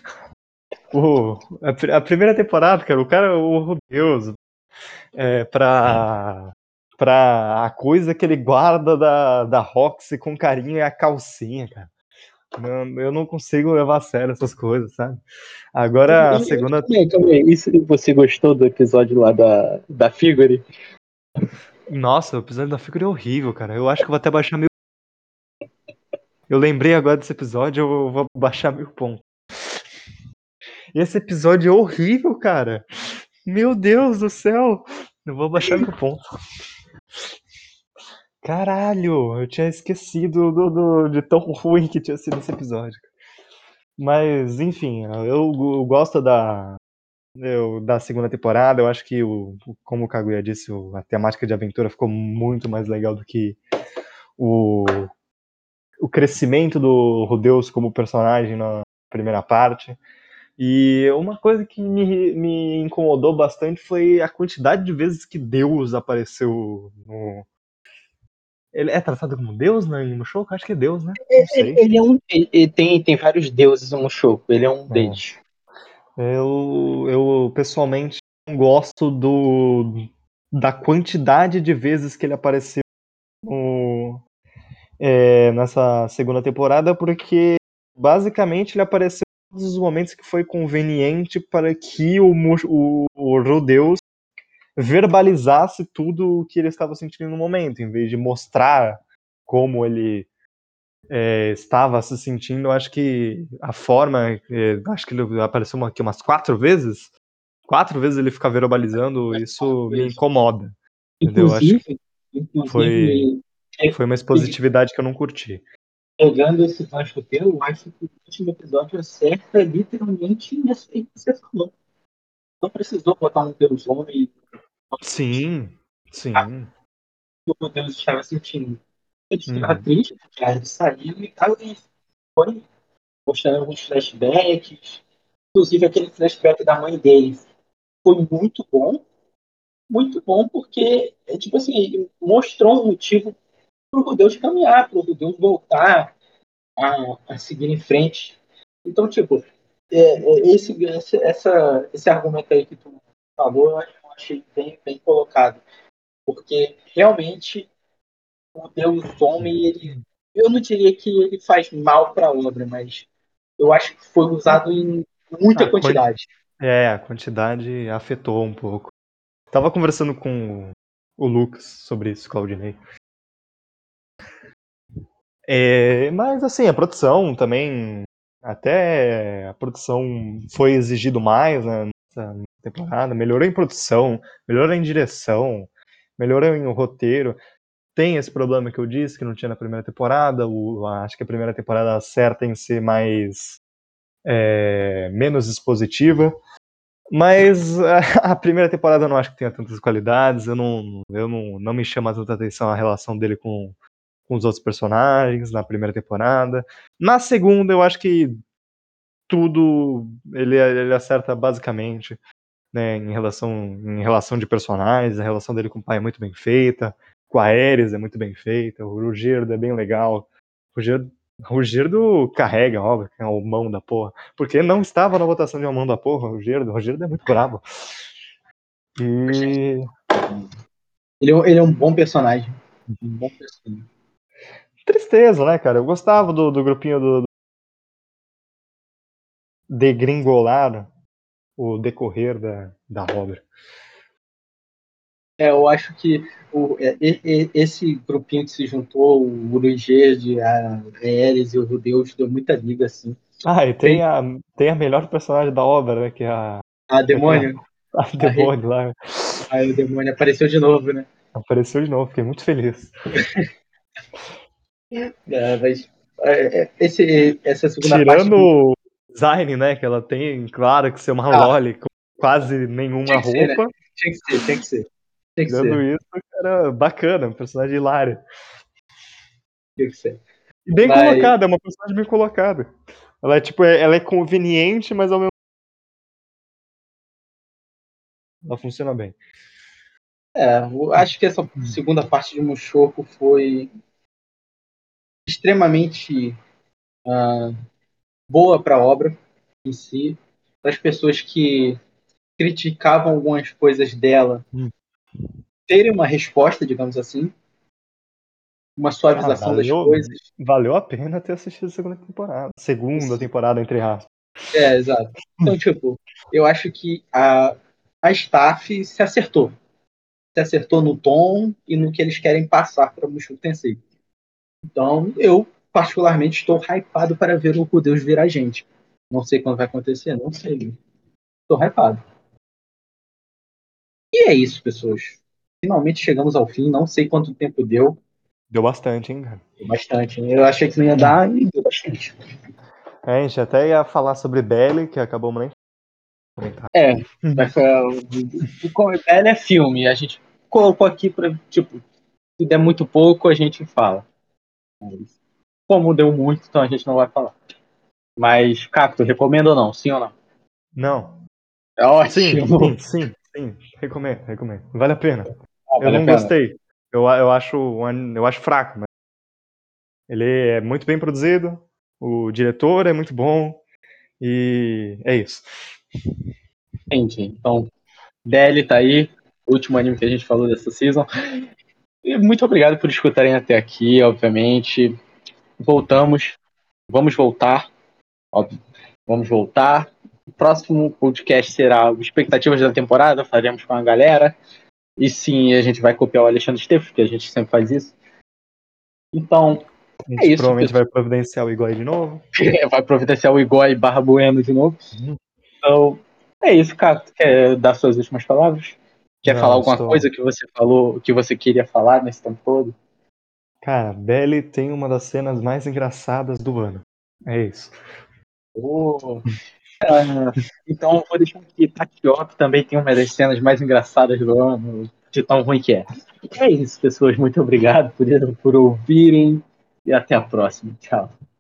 O, a, a primeira temporada, cara, o cara, o Deus, é, pra, pra a coisa que ele guarda da, da Roxy com carinho é a calcinha, cara. Não, eu não consigo levar a sério essas coisas, sabe? Agora a segunda. Calma aí, calma aí. Isso, você gostou do episódio lá da, da Figure? Nossa, o episódio da figura é horrível, cara. Eu acho que eu vou até baixar mil. Eu lembrei agora desse episódio, eu vou baixar mil pontos. Esse episódio é horrível, cara. Meu Deus do céu. Eu vou baixar meu ponto. Caralho, eu tinha esquecido do, do- de tão ruim que tinha sido esse episódio. Mas, enfim, eu, eu gosto da, eu- da segunda temporada. Eu acho que, o, como o Kaguya disse, o- a temática de aventura ficou muito mais legal do que o, o crescimento do Rudeus como personagem na primeira parte. E uma coisa que me, me incomodou bastante foi a quantidade de vezes que Deus apareceu no. Ele é tratado como Deus né, em Mushoku? Acho que é Deus, né? Não Ele, sei. ele é um. Ele, ele tem, tem vários deuses no Mushoku, ele é um deles. É. Eu, eu pessoalmente não gosto do, da quantidade de vezes que ele apareceu no, é, nessa segunda temporada, porque basicamente ele apareceu em todos os momentos que foi conveniente para que o, o, o Rodeus verbalizasse tudo o que ele estava sentindo no momento, em vez de mostrar como ele é, estava se sentindo. Eu acho que a forma, é, acho que ele apareceu uma, aqui umas quatro vezes, quatro vezes ele fica verbalizando, isso me incomoda, entendeu? Eu acho que Inclusive, foi, inclusive é, foi uma expositividade que eu não curti. pegando esse gancho teu, eu acho que o último episódio acerta literalmente nisso aí que você falou. Não precisou botar um Deus homem Sim, sim. e o Deus estava sentindo. Ele estava Uhum. triste, porque ele saiu e tal, e foi mostrando alguns flashbacks. Inclusive aquele flashback da mãe dele foi muito bom, muito bom, porque, é, tipo assim, ele mostrou um motivo para o Deus caminhar, para o Deus voltar a, a seguir em frente. Então, tipo, é, é, esse, esse, essa, esse argumento aí que tu falou, eu acho- eu achei bem, bem colocado. Porque realmente o Deus homem, ele, eu não diria que ele faz mal para a obra, mas eu acho que foi usado em A, muita quan- quantidade. é, a quantidade afetou um pouco. Tava conversando com o Lucas sobre isso, Claudinei. É, mas assim, a produção também, até a produção foi exigido mais, né, nessa temporada, melhorou em produção, melhorou em direção, melhorou em roteiro. Tem esse problema que eu disse, que não tinha na primeira temporada, o, acho que a primeira temporada acerta em ser mais, é, menos expositiva, mas a, a primeira temporada eu não acho que tenha tantas qualidades, eu não, eu não, não me chama tanta atenção a relação dele com com os outros personagens na primeira temporada. Na segunda, eu acho que tudo ele, ele acerta basicamente, né, em relação, em relação de personagens. A relação dele com o pai é muito bem feita, com a Ares é muito bem feita, o Rugerdo é bem legal. O Rugerdo, Rugerdo carrega, óbvio, que é o mão da porra. Porque não estava na votação de uma mão da porra, o Rugerdo. O Rugerdo é muito brabo. E Ele, é- ele é um bom personagem. Um bom personagem. tristeza, né, cara? Eu gostava do, do grupinho do, do degringolar o decorrer da, da obra. É, eu acho que o, é, e- e- esse grupinho que se juntou, o Urugerd, a Ares e o Rudeus, deu muita liga, assim. Ah, e Tem tem a, tem a melhor personagem da obra, né? Que é a. a Como é que é? Demônio, A a Re- Demônio lá. aí o Demônio apareceu de novo, né? Apareceu de novo, fiquei muito feliz. É, mas é, é, esse, essa segunda parte Tirando do. o design, né? Que ela tem, claro, que ser uma Ah, Loli com quase nenhuma tinha que ser, né? roupa. Tinha que ser, tinha que ser. Tinha que Tirando ser, isso, era bacana, um personagem hilário. tinha que ser. E bem Mas, colocada, é uma personagem bem colocada. Ela é tipo, é- ela é conveniente, mas ao mesmo tempo ela funciona bem. é, eu acho que essa segunda parte de Mushoku foi extremamente ah, boa para a obra em si, para as pessoas que criticavam algumas coisas dela Hum. terem uma resposta, digamos assim, uma Ah, suavização das valeu, coisas. valeu a pena ter assistido a segunda temporada. Segunda Assim, temporada, entre aspas. é, exato. Então, tipo, eu acho que a, a staff se acertou. Se acertou no tom e no que eles querem passar para o Mushoku Tensei. Então, eu, particularmente, estou hypado para ver o Rudeus virar gente. Não sei quando vai acontecer, não sei. Estou hypado. E é isso, pessoas. Finalmente chegamos ao fim. Não sei quanto tempo deu. Deu bastante, hein, cara? Deu bastante. Eu achei que não ia dar e deu bastante. É, a gente até ia falar sobre Belly, que acabamos nem comentar. É, vai ficar, o Corbelli é filme. A gente colocou aqui para, tipo, se der muito pouco, a gente fala. Mas, como deu muito, então a gente não vai falar. Mas, Cacto, recomenda ou não? Sim ou não? Não. É Sim, ótimo. sim, sim, sim. Recomendo, recomendo. Vale a pena. Ah, Eu vale a não pena. gostei. Eu, eu, acho, eu acho fraco, mas ele é muito bem produzido, o diretor é muito bom, e é isso. Entendi. Então, D L tá aí. Último anime que a gente falou dessa season. E muito obrigado por escutarem até aqui, obviamente. Voltamos, vamos voltar, óbvio, vamos voltar. O próximo podcast será expectativas da temporada, faremos com a galera. E sim, a gente vai copiar o Alexandre Esteves, porque a gente sempre faz isso. Então, A é gente isso, provavelmente pessoal. vai providenciar o Igor de novo. Vai providenciar o Igor barra Bueno de novo. Uhum. Então, é isso, cara. Tu quer dar suas últimas palavras? Quer falar Não, alguma só. coisa que você falou, que você queria falar nesse tempo todo? Cara, Belly tem uma das cenas mais engraçadas do ano. É isso. Oh, ah, então eu vou deixar aqui. Takioff também tem uma das cenas mais engraçadas do ano, de tão ruim que é. É isso, pessoas. Muito obrigado por, por ouvirem e até a próxima. Tchau.